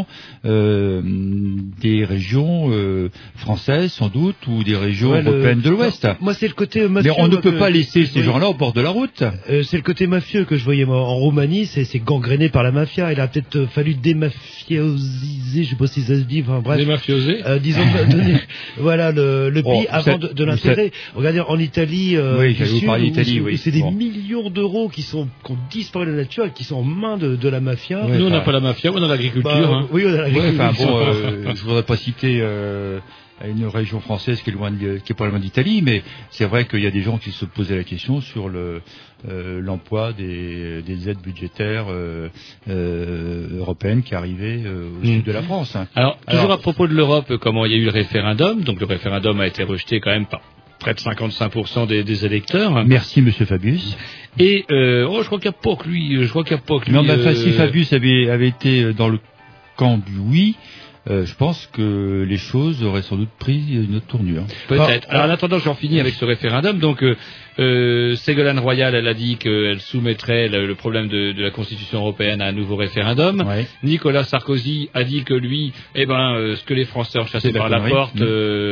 des régions françaises sans doute, ou des régions européennes de l'Ouest. Moi c'est le côté mafieux. Mais on ne peut pas laisser ces gens-là au bord de la route. C'est le côté mafieux que je voyais moi. En Roumanie, c'est gangréné par la mafia. Il a peut-être fallu démafiosiser, je sais pas si ça se dit, enfin bref. Démafioser disons, voilà le pays avant de l'intégrer. Regardez en Italie, c'est des millions d'euros qui ont disparu de la nature et qui sont en main de la mafia. Nous on n'a pas la mafia, on a l'agriculture. Oui, on a l'agriculture. Je voudrais pas citer une région française qui est pas loin d'Italie, mais c'est vrai qu'il y a des gens qui se posaient la question sur l'emploi des aides budgétaires européennes qui arrivaient au sud de la France. Alors, toujours à propos de l'Europe, comment il y a eu le référendum, donc le référendum a été rejeté quand même par près de 55% des électeurs. Merci, Monsieur Fabius. Et je crois qu'il n'y a pas que lui. Non, mais si Fabius avait été dans le camp du oui, je pense que les choses auraient sans doute pris une autre tournure. Peut-être. Alors en attendant, j'en finis avec ce référendum. Donc Ségolène Royal, elle a dit qu'elle soumettrait le problème de la Constitution européenne à un nouveau référendum. Ouais. Nicolas Sarkozy a dit que lui, ce que les Français ont chassé par la porte, il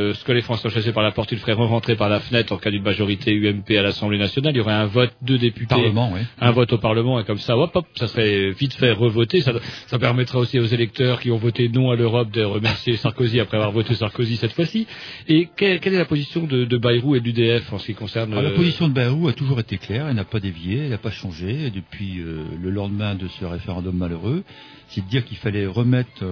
le ferait re-rentrer par la fenêtre en cas d'une majorité UMP à l'Assemblée nationale. Il y aurait un vote de députés, un vote au Parlement, et comme ça, ça serait vite fait revoté. Ça permettra aussi aux électeurs qui ont voté non à l'Europe de remercier Sarkozy après avoir voté Sarkozy cette fois-ci. Et quelle est la position de Bayrou et de l'UDF en ce qui concerne... La position de Bayrou a toujours été claire, elle n'a pas dévié, elle n'a pas changé depuis le lendemain de ce référendum malheureux. C'est de dire qu'il fallait remettre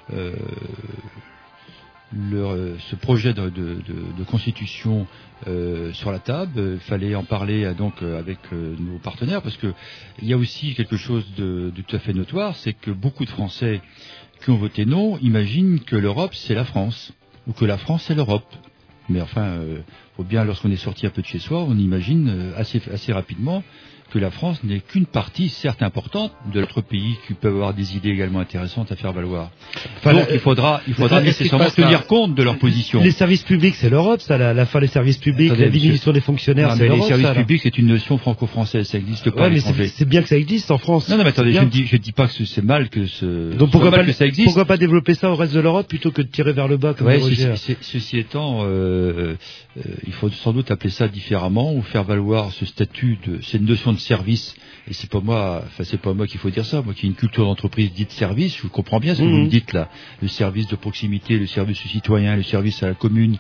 ce projet de constitution sur la table. Il fallait en parler avec nos partenaires, parce que il y a aussi quelque chose de tout à fait notoire, c'est que beaucoup de Français qui ont voté non imaginent que l'Europe c'est la France, ou que la France c'est l'Europe. Mais enfin, faut bien, lorsqu'on est sorti un peu de chez soi, on imagine assez rapidement que la France n'est qu'une partie, certes importante, de notre pays, qui peuvent avoir des idées également intéressantes à faire valoir. Donc il faudra nécessairement tenir compte de leur position. Les services publics, c'est l'Europe, ça, la fin des services publics, la diminution des fonctionnaires, c'est l'Europe. Les services publics, c'est une notion franco-française, ça n'existe pas à l'étranger. C'est bien que ça existe en France. Non, mais attendez, je dis pas que c'est mal que Donc que ça existe. Pourquoi pas développer ça au reste de l'Europe plutôt que de tirer vers le bas comme ceci étant, il faut sans doute appeler ça différemment, ou faire valoir ce statut cette notion de service. Et c'est pas moi qu'il faut dire ça. Moi qui ai une culture d'entreprise dite service, je comprends bien ce que vous me dites là. Le service de proximité, le service aux citoyens, le service à la commune.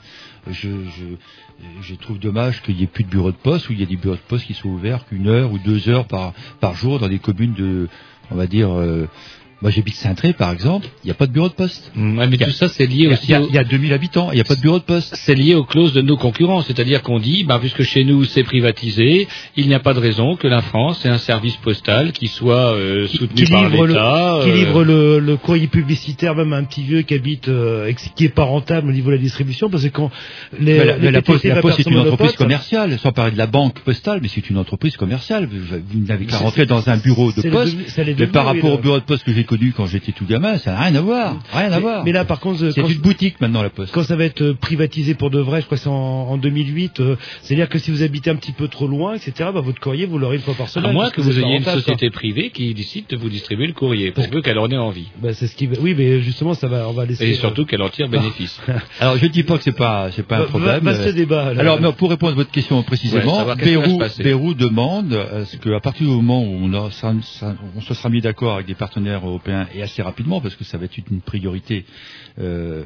Je trouve dommage qu'il n'y ait plus de bureaux de poste, ou il y a des bureaux de poste qui sont ouverts qu'1 heure ou 2 heures par jour dans des communes de, on va dire, moi j'habite Saint-Tré par exemple, il n'y a pas de bureau de poste. Mais tout ça c'est lié aussi. Il y a 2000 habitants, il n'y a pas de bureau de poste. C'est lié aux clauses de nos concurrents, c'est-à-dire qu'on dit, puisque chez nous c'est privatisé, il n'y a pas de raison que la France ait un service postal qui soit soutenu par l'État. Qui livre le courrier publicitaire même à un petit vieux qui habite, qui est pas rentable au niveau de la distribution, parce que quand la Poste c'est une entreprise commerciale, sans parler de la banque postale, mais c'est une entreprise commerciale. Vous n'avez qu'à rentrer dans un bureau de poste, mais par rapport au bureau de poste que j'ai connu quand j'étais tout gamin, ça n'a rien à voir. Mais là, par contre, c'est une boutique maintenant, la Poste. Quand ça va être privatisé pour de vrai, je crois que c'est en 2008, c'est-à-dire que si vous habitez un petit peu trop loin, etc., votre courrier, vous l'aurez 1 fois par semaine. À moins que vous ayez une société privée qui décide de vous distribuer le courrier, pour qu'elle en ait envie. C'est ce qui, oui, mais justement, on va laisser. Et surtout qu'elle en tire bénéfice. Alors, je dis pas que c'est pas un problème. Ce débat. Alors, pour répondre à votre question précisément, Bayrou demande à ce qu'à partir du moment où on se sera mis d'accord avec des partenaires européens, et assez rapidement, parce que ça va être une priorité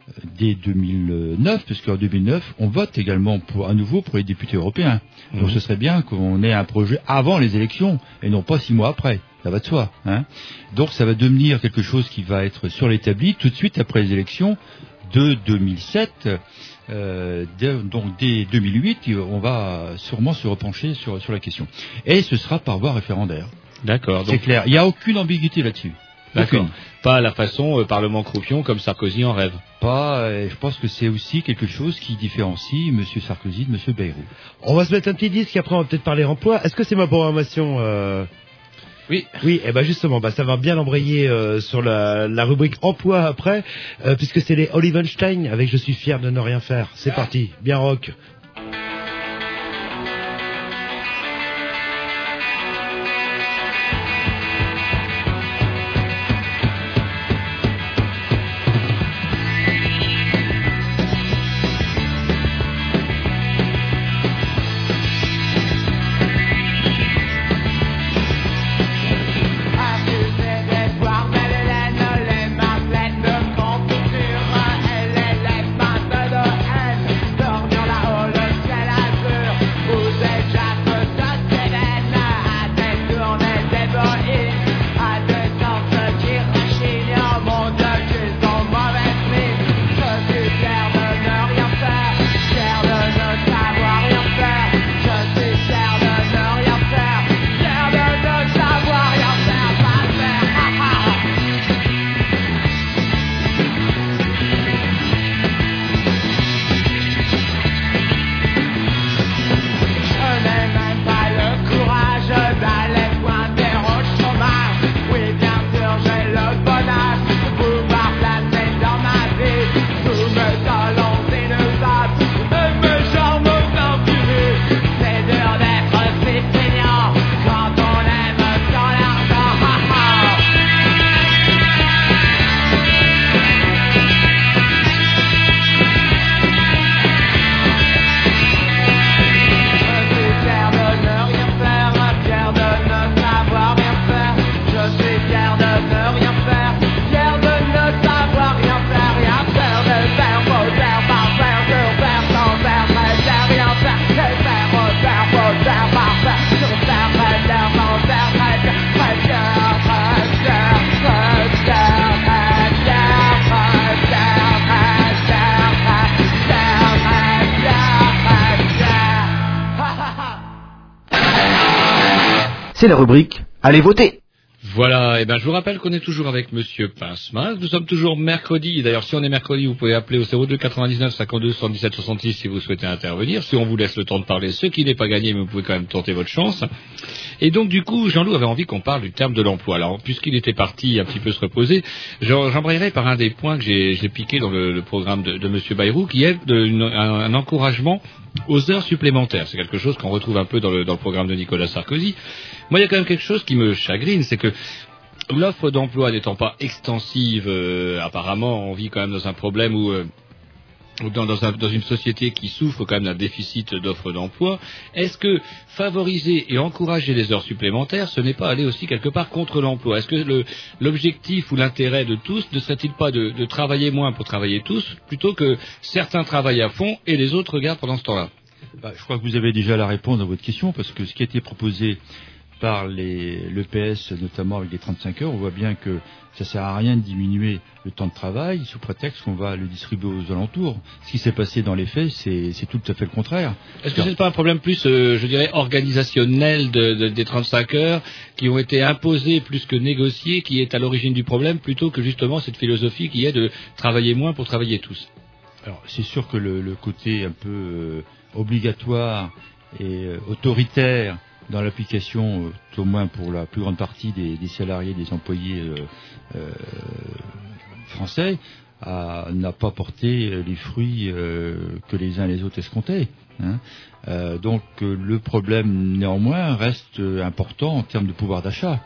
dès 2009, parce qu'en 2009, on vote également à nouveau pour les députés européens. Donc ce serait bien qu'on ait un projet avant les élections et non pas 6 mois après. Ça va de soi. Hein. Donc ça va devenir quelque chose qui va être sur l'établi tout de suite après les élections de 2007. Donc dès 2008, on va sûrement se repencher sur la question. Et ce sera par voie référendaire. D'accord. C'est clair. Il n'y a aucune ambiguïté là-dessus. D'accord. Aucune. Pas à la façon Parlement croupion comme Sarkozy en rêve. Je pense que c'est aussi quelque chose qui différencie M. Sarkozy de M. Bayrou. On va se mettre un petit disque et après on va peut-être parler emploi. Est-ce que c'est ma programmation Oui. Oui, et ben justement, ça va bien l'embrayer sur la rubrique emploi après, puisque c'est les Olivenstein avec Je suis fier de ne rien faire. C'est parti, bien rock. C'est la rubrique Allez voter. Voilà, je vous rappelle qu'on est toujours avec Monsieur Pincemin. Nous sommes toujours mercredi. D'ailleurs, si on est mercredi, vous pouvez appeler au 02 99 52 77 66 si vous souhaitez intervenir. Si on vous laisse le temps de parler, ce qui n'est pas gagné, mais vous pouvez quand même tenter votre chance. Et donc, du coup, Jean-Loup avait envie qu'on parle du terme de l'emploi. Alors, puisqu'il était parti un petit peu se reposer, j'embrayerai par un des points que j'ai piqué dans le programme de Monsieur Bayrou, qui est un encouragement aux heures supplémentaires. C'est quelque chose qu'on retrouve un peu dans le programme de Nicolas Sarkozy. Moi, il y a quand même quelque chose qui me chagrine, c'est que l'offre d'emploi n'étant pas extensive, apparemment, on vit quand même dans un problème où dans une société qui souffre quand même d'un déficit d'offres d'emploi. Est-ce que favoriser et encourager les heures supplémentaires, ce n'est pas aller aussi quelque part contre l'emploi? Est-ce que l'objectif ou l'intérêt de tous ne serait-il pas de travailler moins pour travailler tous, plutôt que certains travaillent à fond et les autres regardent pendant ce temps-là? Je crois que vous avez déjà la réponse à votre question, parce que ce qui a été proposé par l'EPS, notamment avec les 35 heures, on voit bien que ça sert à rien de diminuer le temps de travail sous prétexte qu'on va le distribuer aux alentours. Ce qui s'est passé dans les faits, c'est tout à fait le contraire. Est-ce que c'est pas un problème plus, je dirais, organisationnel des 35 heures qui ont été imposées plus que négociées, qui est à l'origine du problème, plutôt que justement cette philosophie qui est de travailler moins pour travailler tous? Alors, c'est sûr que le côté un peu obligatoire et autoritaire dans l'application, au moins pour la plus grande partie des salariés, des employés français, n'a pas porté les fruits que les uns et les autres escomptaient. Donc le problème néanmoins reste important en termes de pouvoir d'achat.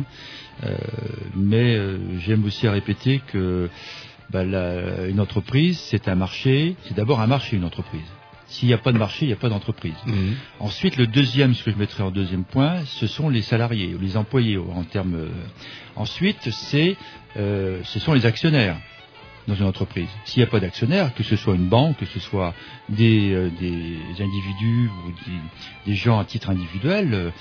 Mais j'aime aussi répéter que une entreprise, c'est un marché, c'est d'abord un marché, une entreprise. S'il n'y a pas de marché, il n'y a pas d'entreprise. Ensuite, ce que je mettrai en deuxième point, ce sont les salariés, ou les employés en termes. Ensuite, ce sont les actionnaires. dans une entreprise. S'il n'y a pas d'actionnaires, que ce soit une banque, que ce soit des individus ou des gens à titre individuel,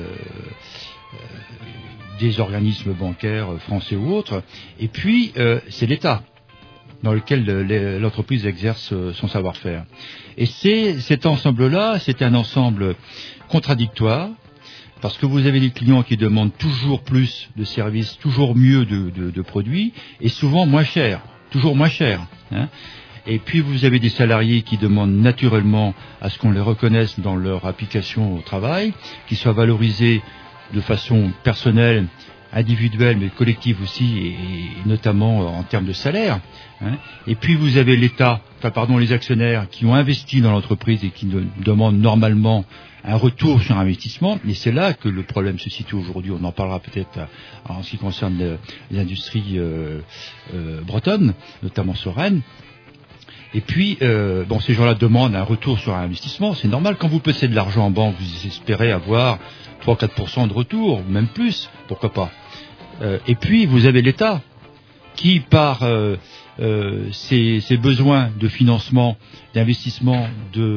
des organismes bancaires français ou autres, et puis c'est l'État dans lequel l'entreprise exerce son savoir-faire. Et cet ensemble-là, c'est un ensemble contradictoire, parce que vous avez des clients qui demandent toujours plus de services, toujours mieux de produits, et souvent moins cher, toujours moins cher. Hein. Et puis vous avez des salariés qui demandent naturellement à ce qu'on les reconnaisse dans leur application au travail, qu'ils soient valorisés de façon personnelle, individuelle, mais collective aussi, et notamment en termes de salaire. Hein. Et puis vous avez les actionnaires qui ont investi dans l'entreprise et qui demandent normalement un retour sur investissement, et c'est là que le problème se situe aujourd'hui. On en parlera peut-être en ce qui concerne les industries bretonnes, notamment sur Rennes. Et puis, ces gens-là demandent un retour sur investissement. C'est normal, quand vous placez de l'argent en banque, vous espérez avoir 3-4% de retour, ou même plus, pourquoi pas. Et puis, vous avez l'État qui, par ses besoins de financement, d'investissement,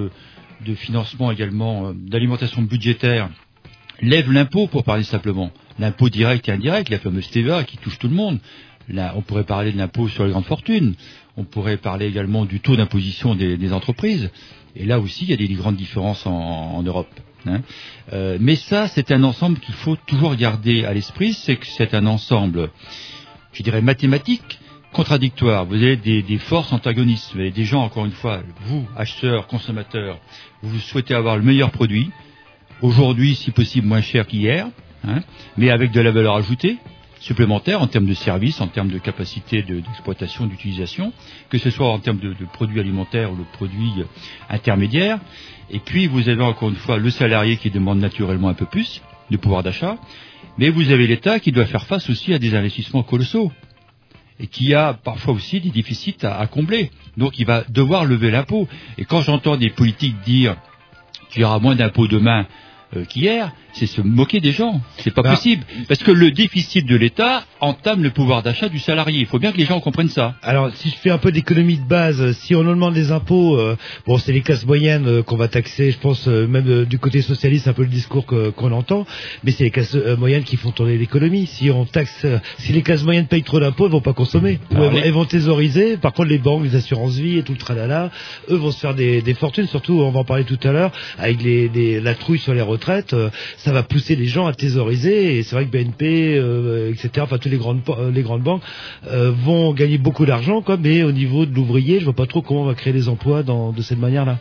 de financement également, d'alimentation budgétaire, lève l'impôt, pour parler simplement. L'impôt direct et indirect, la fameuse TVA qui touche tout le monde. Là, on pourrait parler de l'impôt sur les grandes fortunes. On pourrait parler également du taux d'imposition des entreprises. Et là aussi, il y a des grandes différences en Europe. Hein. Mais ça, c'est un ensemble qu'il faut toujours garder à l'esprit. C'est que c'est un ensemble, je dirais, mathématique, contradictoire. Vous avez des forces antagonistes. Vous avez des gens, encore une fois, vous, acheteurs, consommateurs, vous souhaitez avoir le meilleur produit. Aujourd'hui, si possible, moins cher qu'hier, hein, mais avec de la valeur ajoutée supplémentaire en termes de services, en termes de capacité d'exploitation, d'utilisation, que ce soit en termes de produits alimentaires ou de produits intermédiaires. Et puis, vous avez encore une fois le salarié qui demande naturellement un peu plus de pouvoir d'achat, mais vous avez l'État qui doit faire face aussi à des investissements colossaux et qui a parfois aussi des déficits à combler. Donc, il va devoir lever l'impôt. Et quand j'entends des politiques dire qu'il y aura moins d'impôts demain qu'hier, c'est se moquer des gens. C'est pas possible. Parce que le déficit de l'État entame le pouvoir d'achat du salarié. Il faut bien que les gens comprennent ça. Alors, si je fais un peu d'économie de base, si on augmente les impôts, c'est les classes moyennes qu'on va taxer, je pense, même du côté socialiste, un peu le discours qu'on entend, mais c'est les classes moyennes qui font tourner l'économie. Si on taxe, si les classes moyennes payent trop d'impôts, elles vont pas consommer. Elles vont thésauriser. Par contre, les banques, les assurances vie et tout le tralala, eux vont se faire des fortunes, surtout, on va en parler tout à l'heure, avec la trouille sur les retraites, ça va pousser les gens à thésauriser, et c'est vrai que BNP, etc., enfin toutes les grandes banques vont gagner beaucoup d'argent, mais au niveau de l'ouvrier, je vois pas trop comment on va créer des emplois de cette manière-là.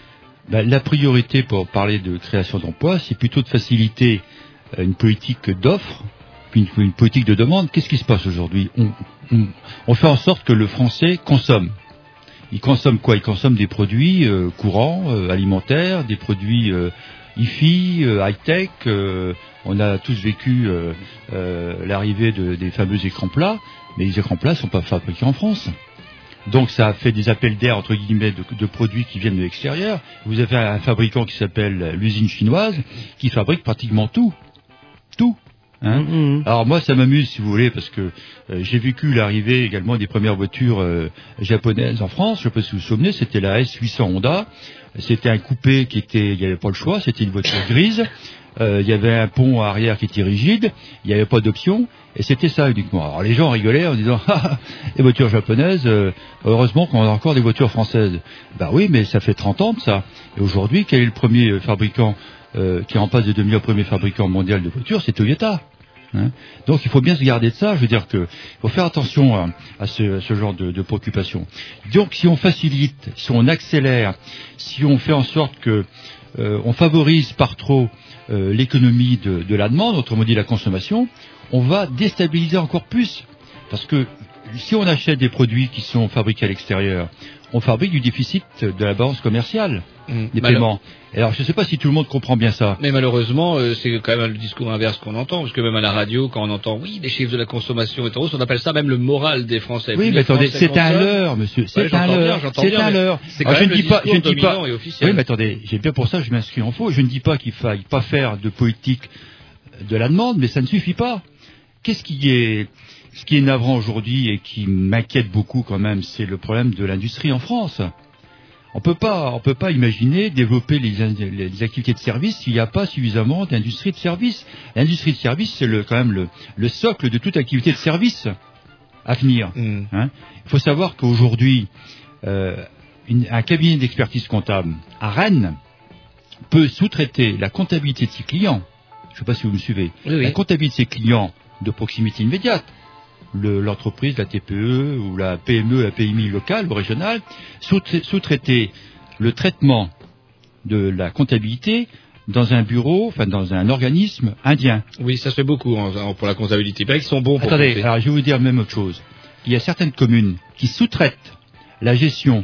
La priorité pour parler de création d'emplois, c'est plutôt de faciliter une politique d'offre, puis une politique de demande. Qu'est-ce qui se passe aujourd'hui ? On fait en sorte que le Français consomme. Il consomme quoi ? Il consomme des produits courants, alimentaires, des produits hi-fi, high-tech. On a tous vécu l'arrivée des fameux écrans plats, mais les écrans plats ne sont pas fabriqués en France. Donc ça a fait des appels d'air, entre guillemets, de produits qui viennent de l'extérieur. Vous avez un fabricant qui s'appelle l'usine chinoise, qui fabrique pratiquement tout. Tout. Hein. Alors moi ça m'amuse, si vous voulez, parce que j'ai vécu l'arrivée également des premières voitures japonaises en France. Je ne sais pas si vous vous souvenez, c'était la S800 Honda. C'était un coupé il n'y avait pas le choix, c'était une voiture grise. Il y avait un pont arrière qui était rigide, il n'y avait pas d'option, et c'était ça uniquement. Alors les gens rigolaient en disant les voitures japonaises, heureusement qu'on a encore des voitures françaises. Ben oui, mais ça fait 30 ans de ça. Et aujourd'hui, quel est le premier fabricant qui est en passe de devenir le premier fabricant mondial de voitures? C'est Toyota. Hein. Donc il faut bien se garder de ça. Je veux dire que faut faire attention à ce genre de préoccupation. Donc si on facilite, si on accélère, si on fait en sorte que on favorise par trop l'économie de la demande, autrement dit la consommation, on va déstabiliser encore plus. Parce que si on achète des produits qui sont fabriqués à l'extérieur, on fabrique du déficit de la balance commerciale des paiements. Alors je ne sais pas si tout le monde comprend bien ça. Mais malheureusement, c'est quand même le discours inverse qu'on entend, parce que même à la radio, quand on entend des chiffres de la consommation et on appelle ça même le moral des Français. Oui, mais attendez, c'est un leurre, monsieur. C'est un leurre. C'est un leurre. Je ne dis pas. Oui, mais attendez, j'ai bien pour ça, je m'inscris en faux. Je ne dis pas qu'il faille pas faire de politique de la demande, mais ça ne suffit pas. ce qui est navrant aujourd'hui et qui m'inquiète beaucoup quand même, c'est le problème de l'industrie en France. On peut pas imaginer développer les activités de service s'il n'y a pas suffisamment d'industrie de service. L'industrie de service, c'est quand même le socle de toute activité de service à venir. Hein. Il faut savoir qu'aujourd'hui, un cabinet d'expertise comptable à Rennes peut sous-traiter la comptabilité de ses clients. Je ne sais pas si vous me suivez. Oui. La comptabilité de ses clients de proximité immédiate. L'entreprise, la TPE ou la PME, la PMI locale ou régionale, sous-traiter le traitement de la comptabilité dans un bureau, enfin dans un organisme indien. Oui, ça se fait beaucoup pour la comptabilité. Ils sont bons pour Attendez, alors je vais vous dire même autre chose. Il y a certaines communes qui sous-traitent la gestion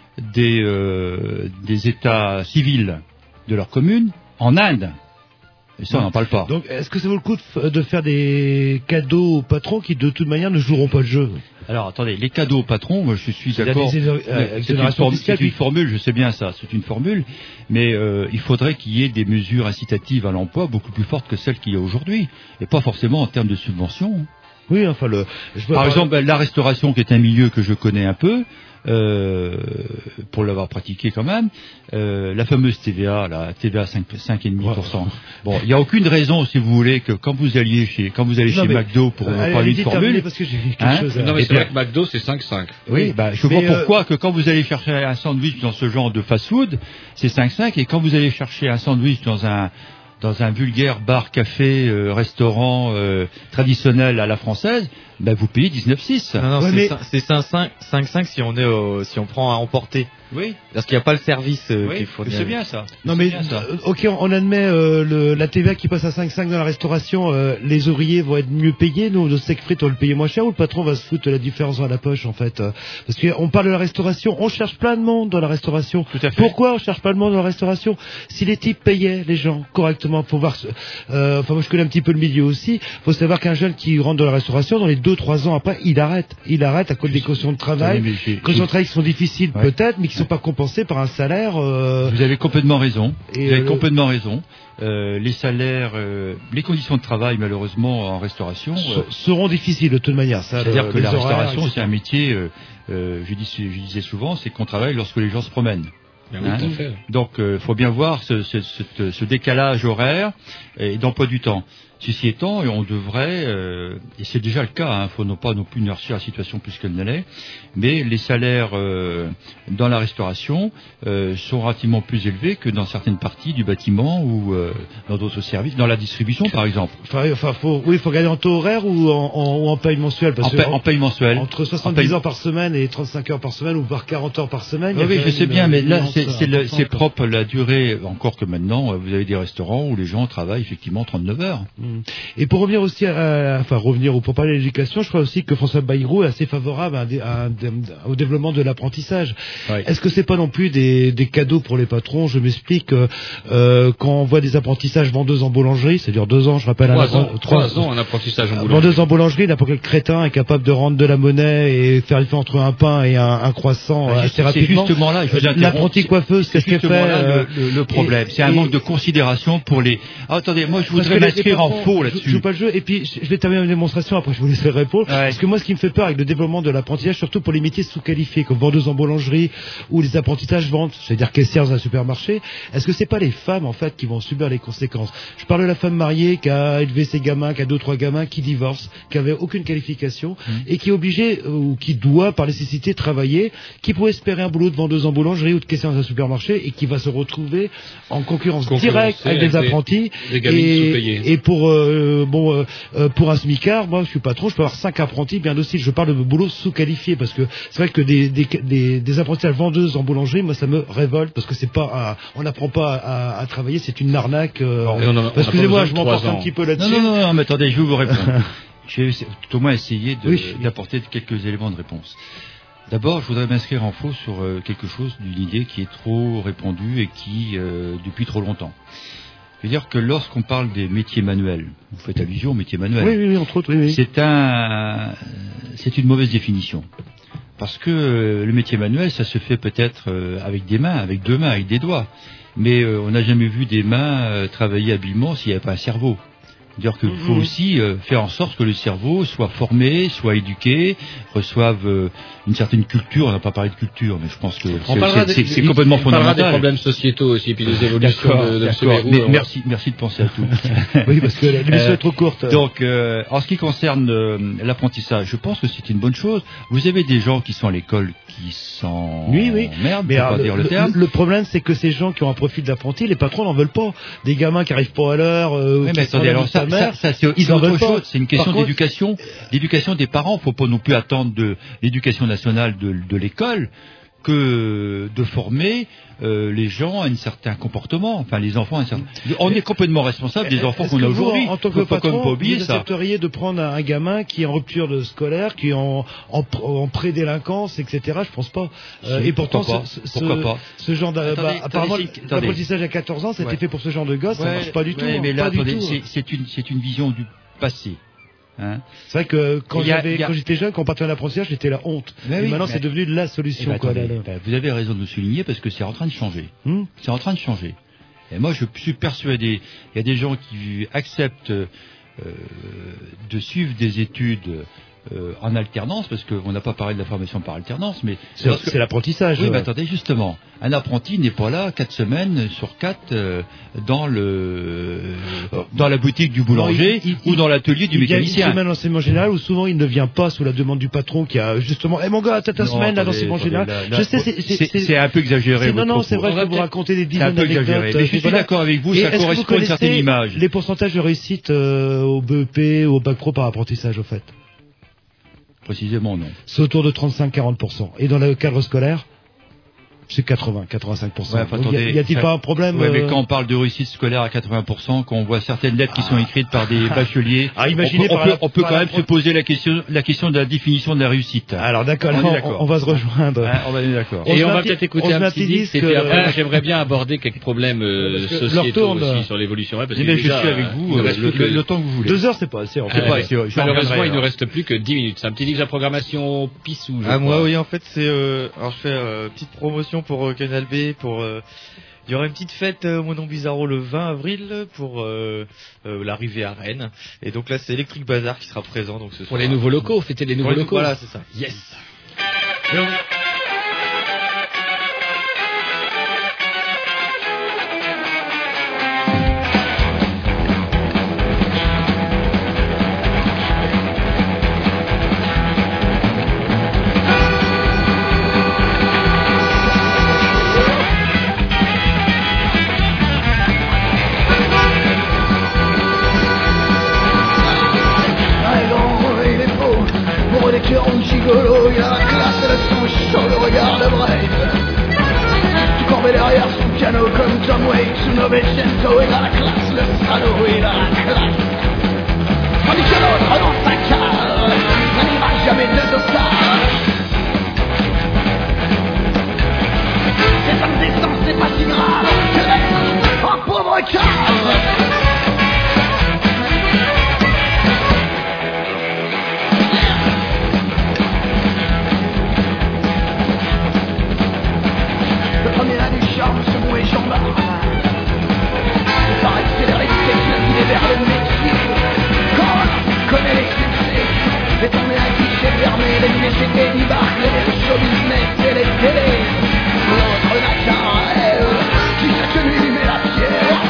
des états civils de leur commune en Inde. Et ça, on n'en parle pas. Donc, est-ce que ça vaut le coup de faire des cadeaux aux patrons qui, de toute manière, ne joueront pas le jeu? Alors, attendez, les cadeaux aux patrons, moi, je suis d'accord. C'est une formule, je sais bien ça, c'est une formule, mais il faudrait qu'il y ait des mesures incitatives à l'emploi beaucoup plus fortes que celles qu'il y a aujourd'hui, et pas forcément en termes de subventions. Oui, enfin, par exemple, la restauration, qui est un milieu que je connais un peu, pour l'avoir pratiqué quand même, la fameuse TVA, la TVA 5,5%. Bon, il n'y a aucune raison, si vous voulez, que quand vous allez chez McDo pour parler de formule, parce que j'ai vu quelque chose. Non, mais c'est vrai que McDo c'est 5,5. Oui, je vois pourquoi que quand vous allez chercher un sandwich dans ce genre de fast-food, c'est 5,5, et quand vous allez chercher un sandwich dans un vulgaire bar, café, restaurant traditionnel à la française, vous payez 19,6. Non, c'est 5,5 si on prend à emporter. Oui. Parce qu'il n'y a pas le service qu'il faut. C'est bien ça. Non mais ok, on admet la TVA qui passe à 5,5 dans la restauration, les ouvriers vont être mieux payés, nous nos steak frites on va le payer moins cher, ou le patron va se foutre la différence dans la poche en fait, parce qu'on parle de la restauration, on cherche plein de monde dans la restauration. Tout à fait. Pourquoi on cherche pas de monde dans la restauration? Si les types payaient les gens correctement, faut voir. Enfin moi je connais un petit peu le milieu aussi. Faut savoir qu'un jeune qui rentre dans la restauration, dans les 2-3 ans après, il arrête à cause des conditions de travail, conditions de travail qui sont difficiles peut-être, mais qui sont pas compensés par un salaire. Vous avez complètement raison. Complètement raison. Les salaires, les conditions de travail, malheureusement, en restauration seront difficiles de toute manière. C'est-à-dire que la restauration, c'est un métier. Je disais souvent, c'est qu'on travaille lorsque les gens se promènent. Donc, faut bien voir ce décalage horaire et d'emploi du temps. Ceci étant, on devrait, et c'est déjà le cas, faut non pas non plus nurcir la situation plus qu'elle ne l'est, mais les salaires dans la restauration sont relativement plus élevés que dans certaines parties du bâtiment ou dans d'autres services, dans la distribution par exemple. Faut regarder en taux horaire ou en paye mensuelle, en paye mensuelle. Entre 70 heures par semaine et 35 heures par semaine, ou voire 40 heures par semaine. Oui, je sais bien, mais là c'est propre la durée, encore que maintenant vous avez des restaurants où les gens travaillent effectivement 39 heures. Et pour revenir aussi pour parler de l'éducation, je crois aussi que François Bayrou est assez favorable au développement de l'apprentissage. Oui. Est-ce que c'est pas non plus des cadeaux pour les patrons? Je m'explique, quand on voit des apprentissages vendeuses en boulangerie, ça dure 2 ans, je rappelle. 3 ans en apprentissage en boulangerie. Vendeuse en boulangerie, n'importe quel crétin est capable de rendre de la monnaie et faire le fait entre un pain et un croissant assez rapidement. C'est justement là, l'apprenti coiffeuse, qu'est-ce qu'elle fait? Le problème, c'est un manque de considération pour les... attendez, moi je voudrais m'inscrire en faux là-dessus. Je joue pas le jeu, et puis je vais terminer une démonstration, après je vous laisserai répondre. Parce que moi ce qui me fait peur avec le développement de l'apprentissage, surtout pour les métiers sous-qualifiés, comme vendeuse en boulangerie, ou les apprentissages ventes, c'est-à-dire caissières dans un supermarché, est-ce que c'est pas les femmes en fait qui vont subir les conséquences? Je parle de la femme mariée qui a élevé ses gamins, qui a 2-3 gamins, qui divorce, qui avait aucune qualification, et qui est obligée, ou qui doit par nécessité travailler, qui pourrait espérer un boulot de vendeuse en boulangerie ou de caissière dans un supermarché, et qui va se retrouver en concurrence directe avec des apprentis, et pour un smicard, moi je suis patron, je peux avoir 5 apprentis bien dociles. Je parle de boulot sous-qualifié, parce que c'est vrai que des apprentis à vendeuses en boulangerie, moi ça me révolte, parce que c'est pas on n'apprend pas à travailler, c'est une arnaque. Excusez-moi, je m'emporte un petit peu là-dessus. Non, mais attendez, je vais vous répondre. Je vais tout au moins essayer d'apporter quelques éléments de réponse. D'abord, je voudrais m'inscrire en faux sur quelque chose, d'une idée qui est trop répandue et qui, depuis trop longtemps. Je veux dire que lorsqu'on parle des métiers manuels, vous faites allusion aux métiers manuels. Oui, entre autres, oui. C'est une mauvaise définition. Parce que le métier manuel, ça se fait peut-être avec des mains, avec 2 mains, avec des doigts. Mais on n'a jamais vu des mains travailler habilement s'il n'y avait pas un cerveau. C'est-à-dire qu'il faut aussi faire en sorte que le cerveau soit formé, soit éduqué, reçoive une certaine culture. On n'a pas parlé de culture, mais je pense que c'est complètement fondamental. On parlera des problèmes sociétaux aussi, puis des évolutions de M. Bérou. Merci de penser à tout. Oui, parce que l'émission est trop courte. Donc, en ce qui concerne l'apprentissage, je pense que c'est une bonne chose. Vous avez des gens qui sont à l'école qui sont merde, mais pas dire le terme. Le problème, c'est que ces gens qui ont un profil d'apprenti, les patrons n'en veulent pas. Des gamins qui arrivent pas à l'heure. Oui, mais attendez, alors ça c'est autre chose. C'est une question d'éducation des parents. Faut pas non plus attendre de l'éducation nationale de l'école que de former les gens à un certain comportement, enfin les enfants à un certain... On est complètement responsable des enfants qu'on a aujourd'hui. En tant que patron, vous accepteriez de prendre un gamin qui est en rupture scolaire, qui est en prédélinquance, etc. Je pense pas. Et pourtant, pourquoi pas ce genre apparemment l'apprentissage à 14 ans, c'était fait pour ce genre de gosse, ça marche pas du tout. Mais là, attendez, c'est une vision du passé. Hein, c'est vrai que quand j'étais jeune, quand on partait à l'apprentissage, c'était la honte. Et maintenant, c'est devenu la solution. Vous avez raison de le souligner parce que c'est en train de changer. C'est en train de changer. Et moi, je suis persuadé, il y a des gens qui acceptent de suivre des études en alternance, parce qu'on n'a pas parlé de la formation par alternance, mais c'est l'apprentissage. Oui, mais attendez, justement, un apprenti n'est pas là 4 semaines sur 4 dans la boutique du boulanger ou dans l'atelier du mécanicien. Il y a une semaine d'enseignement général où souvent il ne vient pas sous la demande du patron qui a justement mon gars, t'as ta semaine là d'enseignement général. Je sais, c'est un peu exagéré. Non, c'est vrai que vous racontez des dizaines d'anecdotes. C'est un peu exagéré. Mais je suis d'accord avec vous, ça correspond à une certaine image. Les pourcentages de réussite au BEP ou au bac pro par apprentissage, au fait? Précisément, non. C'est autour de 35-40%. Et dans le cadre scolaire, c'est 80-85%. Ouais, y a-t-il pas un problème? Ouais, mais quand on parle de réussite scolaire à 80%, quand on voit certaines lettres qui sont écrites par des bacheliers, on peut quand même se poser la question de la définition de la réussite. Alors d'accord, on va se rejoindre. On va être d'accord. Et on va peut-être écouter un petit disque, et puis après, j'aimerais bien aborder quelques problèmes sociétaux aussi sur l'évolution. Je suis avec vous le temps que vous voulez. 2 heures, c'est pas assez. Malheureusement, il ne reste plus que 10 minutes. C'est un petit disque de la programmation Pissou. Moi, oui, en fait, c'est... Alors, je fais petite promotion pour Canal B, il y aura une petite fête au Monon Bizarro le 20 avril pour l'arrivée à Rennes. Et donc là, c'est Electric Bazar qui sera présent. Donc pour les nouveaux locaux, fêter les nouveaux locaux. Voilà, c'est ça. Yes. Gigolo, il a la classe et le son chaud, le regard de Brave. Tout courbé derrière son piano comme Tom Waits ou Novecento, il a la classe, le salaud, il a la classe. Tandis que l'autre dans sa cave n'animera jamais de dopage. C'est indécent, c'est pas si grave que d'être un pauvre cave. Second et jambard. Par accélérité, claviné vers le métier. Quand on connaît les succès, et on est un guichet fermé, les VGT, les barques, les show business et les télés. L'autre n'a qu'un rêve, qui chaque nuit met la pierre.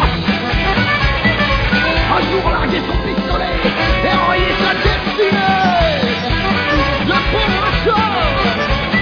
Un jour larguer son pistolet et enrayer sa destinée. Le pauvre corps.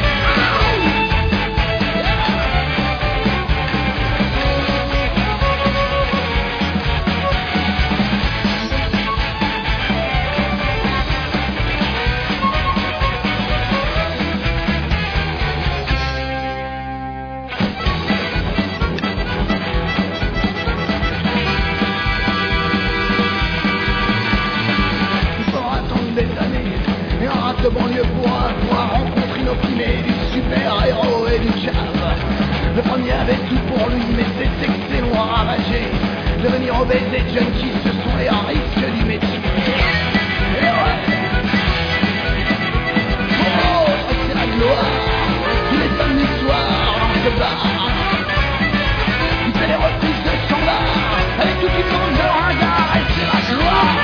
De banlieue pour avoir rencontré l'opprimé du super-héros et du cave. Le premier avait tout pour lui, mais ses excès l'ont ravagé. Devenir obèse et junkies, ce sont les risques du métier. Et ouais, oh, c'est la gloire. Tous les samedis soirs, dans ce bar, il fait les reprises de standard avec toute une bande de ringards, et c'est la gloire.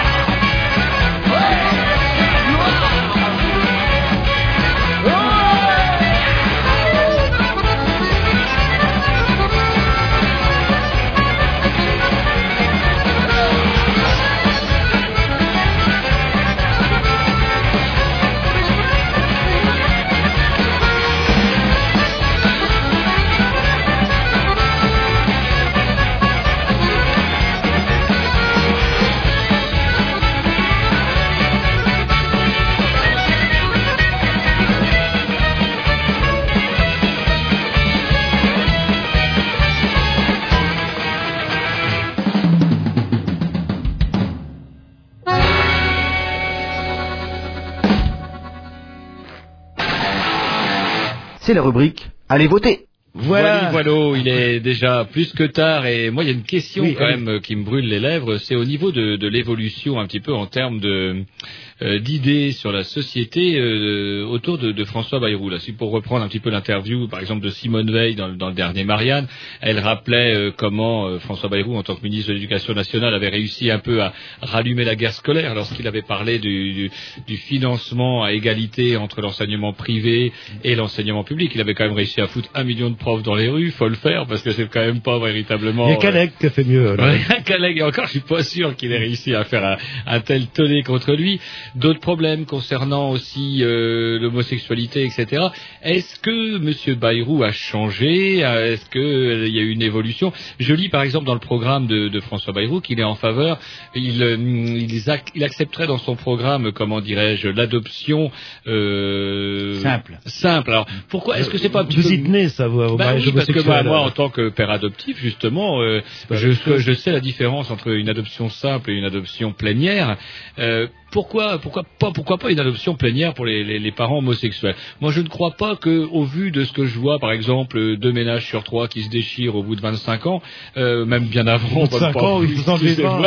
c'est la rubrique Allez voter. Voilà, il est déjà plus que tard et moi il y a une question même qui me brûle les lèvres, c'est au niveau de l'évolution un petit peu en termes d'idées sur la société autour de François Bayrou. Là, pour reprendre un petit peu l'interview par exemple de Simone Veil dans le dernier Marianne, elle rappelait comment François Bayrou en tant que ministre de l'Éducation nationale avait réussi un peu à rallumer la guerre scolaire lorsqu'il avait parlé du financement à égalité entre l'enseignement privé et l'enseignement public. Il avait quand même réussi à foutre 1 million de profs dans les rues, faut le faire parce que c'est quand même pas véritablement. Il y a Calec qui a fait mieux. Calec, et encore je suis pas sûr qu'il ait réussi à faire un tel tollé contre lui. D'autres problèmes concernant aussi l'homosexualité, etc. Est-ce que M. Bayrou a changé? Est-ce qu'il y a eu une évolution? Je lis par exemple dans le programme de François Bayrou qu'il est en faveur, il accepterait dans son programme, comment dirais-je, l'adoption simple. Alors pourquoi est-ce que c'est pas un petit vous y tenez ça vous? Oui, parce que moi, en tant que père adoptif, justement, je sais la différence entre une adoption simple et une adoption plénière. Pourquoi pas une adoption plénière pour les parents homosexuels? Moi, je ne crois pas que, au vu de ce que je vois, par exemple, 2 ménages sur 3 qui se déchirent au bout de 25 ans, même bien avant, au bout de 5 ans, ils vous en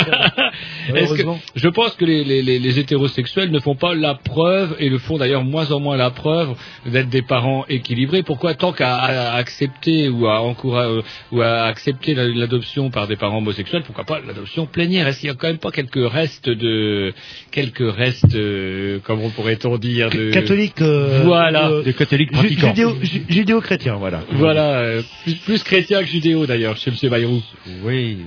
je pense que les hétérosexuels ne font pas la preuve, et le font d'ailleurs moins en moins la preuve, d'être des parents équilibrés. Pourquoi, tant qu'à accepter ou à encourager ou à accepter l'adoption par des parents homosexuels, pourquoi pas l'adoption plénière? Est-ce qu'il y a quand même pas quelques restes, comment pourrait-on dire, de catholiques, des catholiques pratiquants, judéo-chrétiens, voilà. Voilà, plus chrétiens que judéo d'ailleurs chez M. Bayrou. Oui,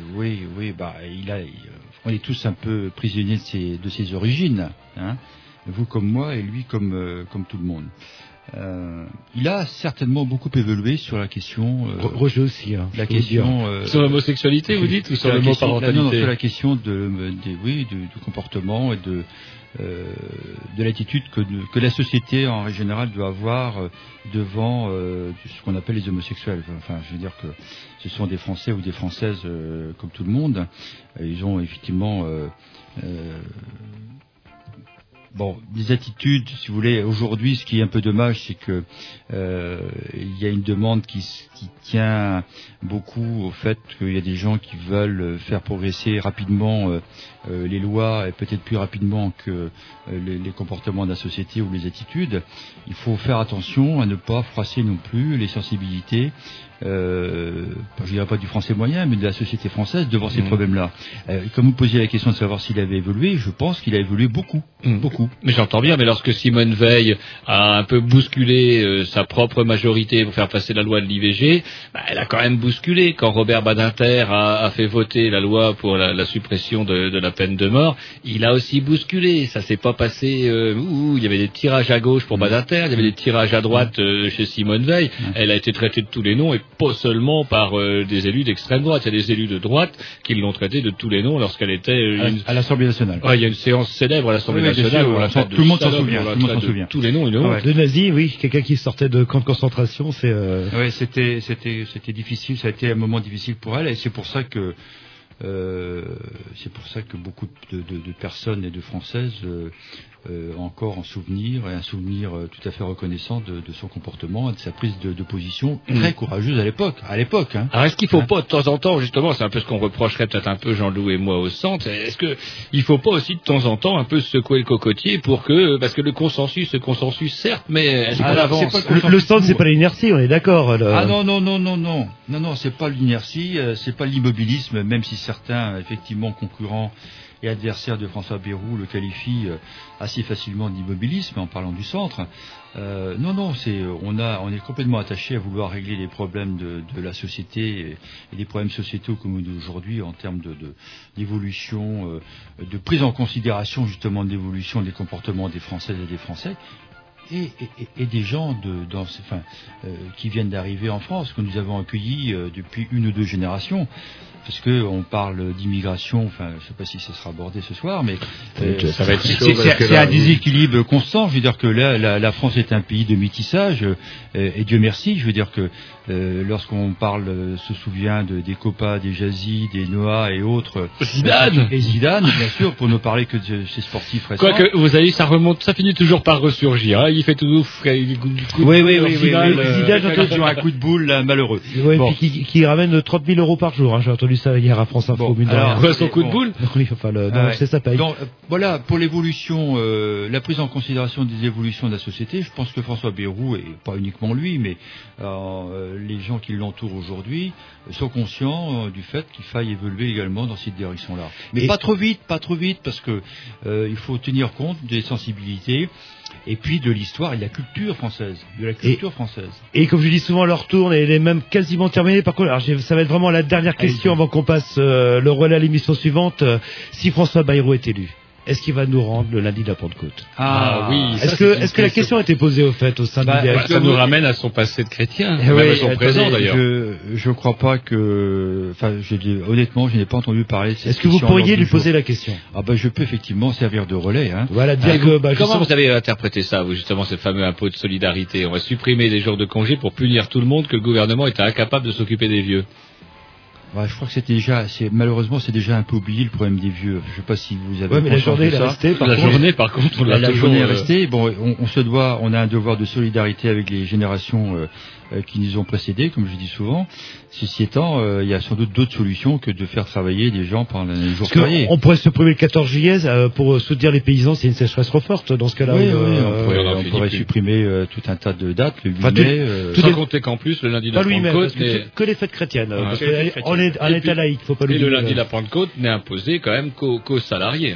on est tous un peu prisonniers de ses origines, hein. Vous comme moi et lui comme tout le monde. Il a certainement beaucoup évolué sur la question. Roger aussi, hein. La question sur l'homosexualité, vous dites, ou sur l'homoparentalité? Non, sur la question du comportement et de l'attitude que la société en général doit avoir devant ce qu'on appelle les homosexuels. Enfin, je veux dire que ce sont des Français ou des Françaises comme tout le monde. Ils ont effectivement des attitudes, si vous voulez. Aujourd'hui, ce qui est un peu dommage, c'est que il y a une demande qui tient beaucoup au fait qu'il y a des gens qui veulent faire progresser rapidement les lois et peut-être plus rapidement que les comportements de la société ou les attitudes. Il faut faire attention à ne pas froisser non plus les sensibilités. Je dirais pas du français moyen, mais de la société française devant ces problèmes-là. Comme vous posiez la question de savoir s'il avait évolué, je pense qu'il a évolué beaucoup. Mais j'entends bien, mais lorsque Simone Veil a un peu bousculé sa propre majorité pour faire passer la loi de l'IVG, elle a quand même bousculé. Quand Robert Badinter a fait voter la loi pour la suppression de la peine de mort, il a aussi bousculé. Ça s'est pas passé il y avait des tirages à gauche pour Badinter, il y avait des tirages à droite chez Simone Veil. Elle a été traitée de tous les noms et pas seulement par des élus d'extrême droite. Il y a des élus de droite qui l'ont traitée de tous les noms lorsqu'elle était à l'Assemblée nationale. Il y a une séance célèbre à l'Assemblée nationale où on la traite de tout le monde s'en souvient. Tous les noms, de nazis, oui, quelqu'un qui sortait de camp de concentration, c'est. Oui, c'était difficile. Ça a été un moment difficile pour elle, et c'est pour ça que beaucoup de personnes et de Françaises encore en souvenir, et un souvenir tout à fait reconnaissant de son comportement et de sa prise de position très courageuse à l'époque. Hein. Alors est-ce qu'il faut pas de temps en temps, justement, c'est un peu ce qu'on reprocherait peut-être un peu Jean-Loup et moi au centre, est-ce que il faut pas aussi de temps en temps un peu secouer le cocotier parce que le consensus certes, mais est-ce qu'on avance? Le centre, c'est pas l'inertie, on est d'accord. Ah non, c'est pas l'inertie, c'est pas l'immobilisme, même si certains effectivement concurrents et adversaires de François Bayrou le qualifient assez facilement d'immobilisme en parlant du centre. On est complètement attaché à vouloir régler les problèmes de la société et des problèmes sociétaux comme aujourd'hui en termes d'évolution, de prise en considération justement de l'évolution des comportements des Françaises et des Français. Et des gens qui viennent d'arriver en France, que nous avons accueillis depuis 1 ou 2 générations, parce que on parle d'immigration. Enfin, je ne sais pas si ça sera abordé ce soir, mais ça va être c'est un déséquilibre constant. Je veux dire que là, la France est un pays de métissage, et Dieu merci. Je veux dire que lorsqu'on se souvient des Copa, des Jazzy, des Noah et autres, Zidane, bien sûr, pour ne parler que de ces sportifs récents. Quoique, vous avez, ça finit toujours par ressurgir. il fait tout il Oui. final, Zidane, sur un coup de boule là, malheureux. Ouais, Bon. puis qui ramène 30 000 euros par jour. Hein. J'ai entendu ça hier à France Info. Alors, son coup de boule. Oui, enfin, non, c'est ça paye. Donc, voilà, pour l'évolution, la prise en considération des évolutions de la société, je pense que François Bayrou, et pas uniquement lui, mais les gens qui l'entourent aujourd'hui, sont conscients du fait qu'il faille évoluer également dans cette direction-là. Mais pas trop vite, parce que il faut tenir compte des sensibilités et puis de l'histoire et de la culture française. Et comme je dis souvent, leur tourne et elle est même quasiment terminée. Par contre, alors, ça va être vraiment la dernière question avant qu'on passe le relais à l'émission suivante. Si François Bayrou est élu, est-ce qu'il va nous rendre le lundi de la Pentecôte? Oui. Est-ce que la question a été posée au fait au sein du DRH? Ça nous ramène à son passé de chrétien, à son présent d'ailleurs. Je crois pas que, honnêtement, je n'ai pas entendu parler de cette question. Est-ce que vous pourriez lui poser la question? Je peux effectivement servir de relais. Hein. Voilà, dire que. Comment vous avez interprété ça, vous, justement, ce fameux impôt de solidarité? On va supprimer les jours de congé pour punir tout le monde que le gouvernement était incapable de s'occuper des vieux. Je crois que malheureusement, c'est déjà un peu oublié le problème des vieux. Je sais pas si vous avez. Mais la journée est restée. Par contre, la journée est restée. Bon, on a un devoir de solidarité avec les générations qui nous ont précédés, comme je dis souvent. Ceci étant, il y a sans doute d'autres solutions que de faire travailler des gens pendant les jours fériés. On pourrait supprimer le 14 juillet pour soutenir les paysans s'il y a une sécheresse trop forte dans ce cas-là. On pourrait supprimer tout un tas de dates, le 8 mai. Sans compter qu'en plus, le lundi de la Pentecôte... que les fêtes chrétiennes. On est un État laïque, faut pas l'oublier. Et le lundi de la Pentecôte n'est imposé quand même qu'aux salariés.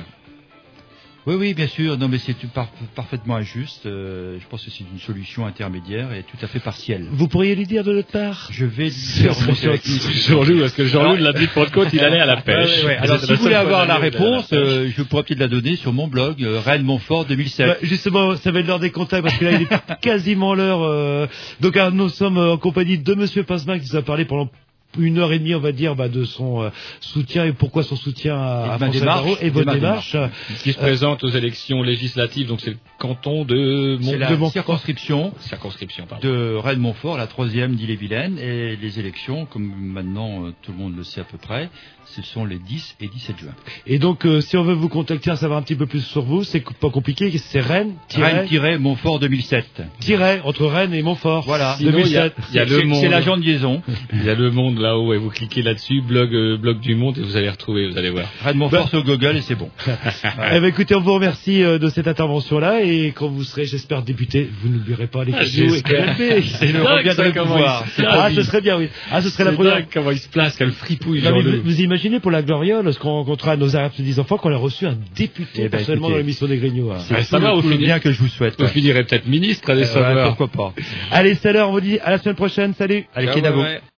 Oui, bien sûr. Non, mais c'est parfaitement injuste. Je pense que c'est une solution intermédiaire et tout à fait partielle. Vous pourriez lui dire de notre part? Je vais lui dire. Jean-Loup, parce que Jean-Loup, de la vie de Pentecôte, il allait à la pêche. Alors, si vous voulez avoir la réponse, je pourrais peut-être la donner sur mon blog, Rennes Montfort 2007. Justement, ça va être l'heure des contacts, parce que là, il est quasiment l'heure. Donc, nous sommes en compagnie de Monsieur Pincemin qui nous a parlé pendant 1h30, on va dire, de son soutien et pourquoi son soutien à François Bayrou et votre démarche. Qui se présente aux élections législatives, donc c'est le canton de circonscription pardon. De Rennes-Montfort, la 3e d'Ille-et-Vilaine, et les élections, comme maintenant tout le monde le sait à peu près, ce sont les 10 et 17 juin. Et donc, si on veut vous contacter, en savoir un petit peu plus sur vous, c'est pas compliqué, c'est Rennes-Montfort 2007. Entre Rennes et Montfort. Voilà. Sinon, 2007. C'est l'agent de liaison. Il y a Le Monde là-haut, et vous cliquez là-dessus, blog du Monde, et vous allez retrouver, vous allez voir. Rennes-Montfort sur Google, et c'est bon. Écoutez, on vous remercie de cette intervention-là, et quand vous serez, j'espère, député, vous n'oublierez pas les cadeaux et KLB. C'est le reviendrai vous voir. Ce serait bien, oui. Ce serait la première. Comment il se place, quel fripouille. Vous imaginez pour la Gloria, lorsqu'on rencontrera nos Arabes petits enfants, qu'on a reçu un député personnellement dans l'émission des Grignoux. Ça va, au bien que je vous souhaite. Vous finirez peut-être ministre, allez savoir. Pourquoi pas. Allez, c'est l'heure, on vous dit à la semaine prochaine, salut. Allez, Kenavo.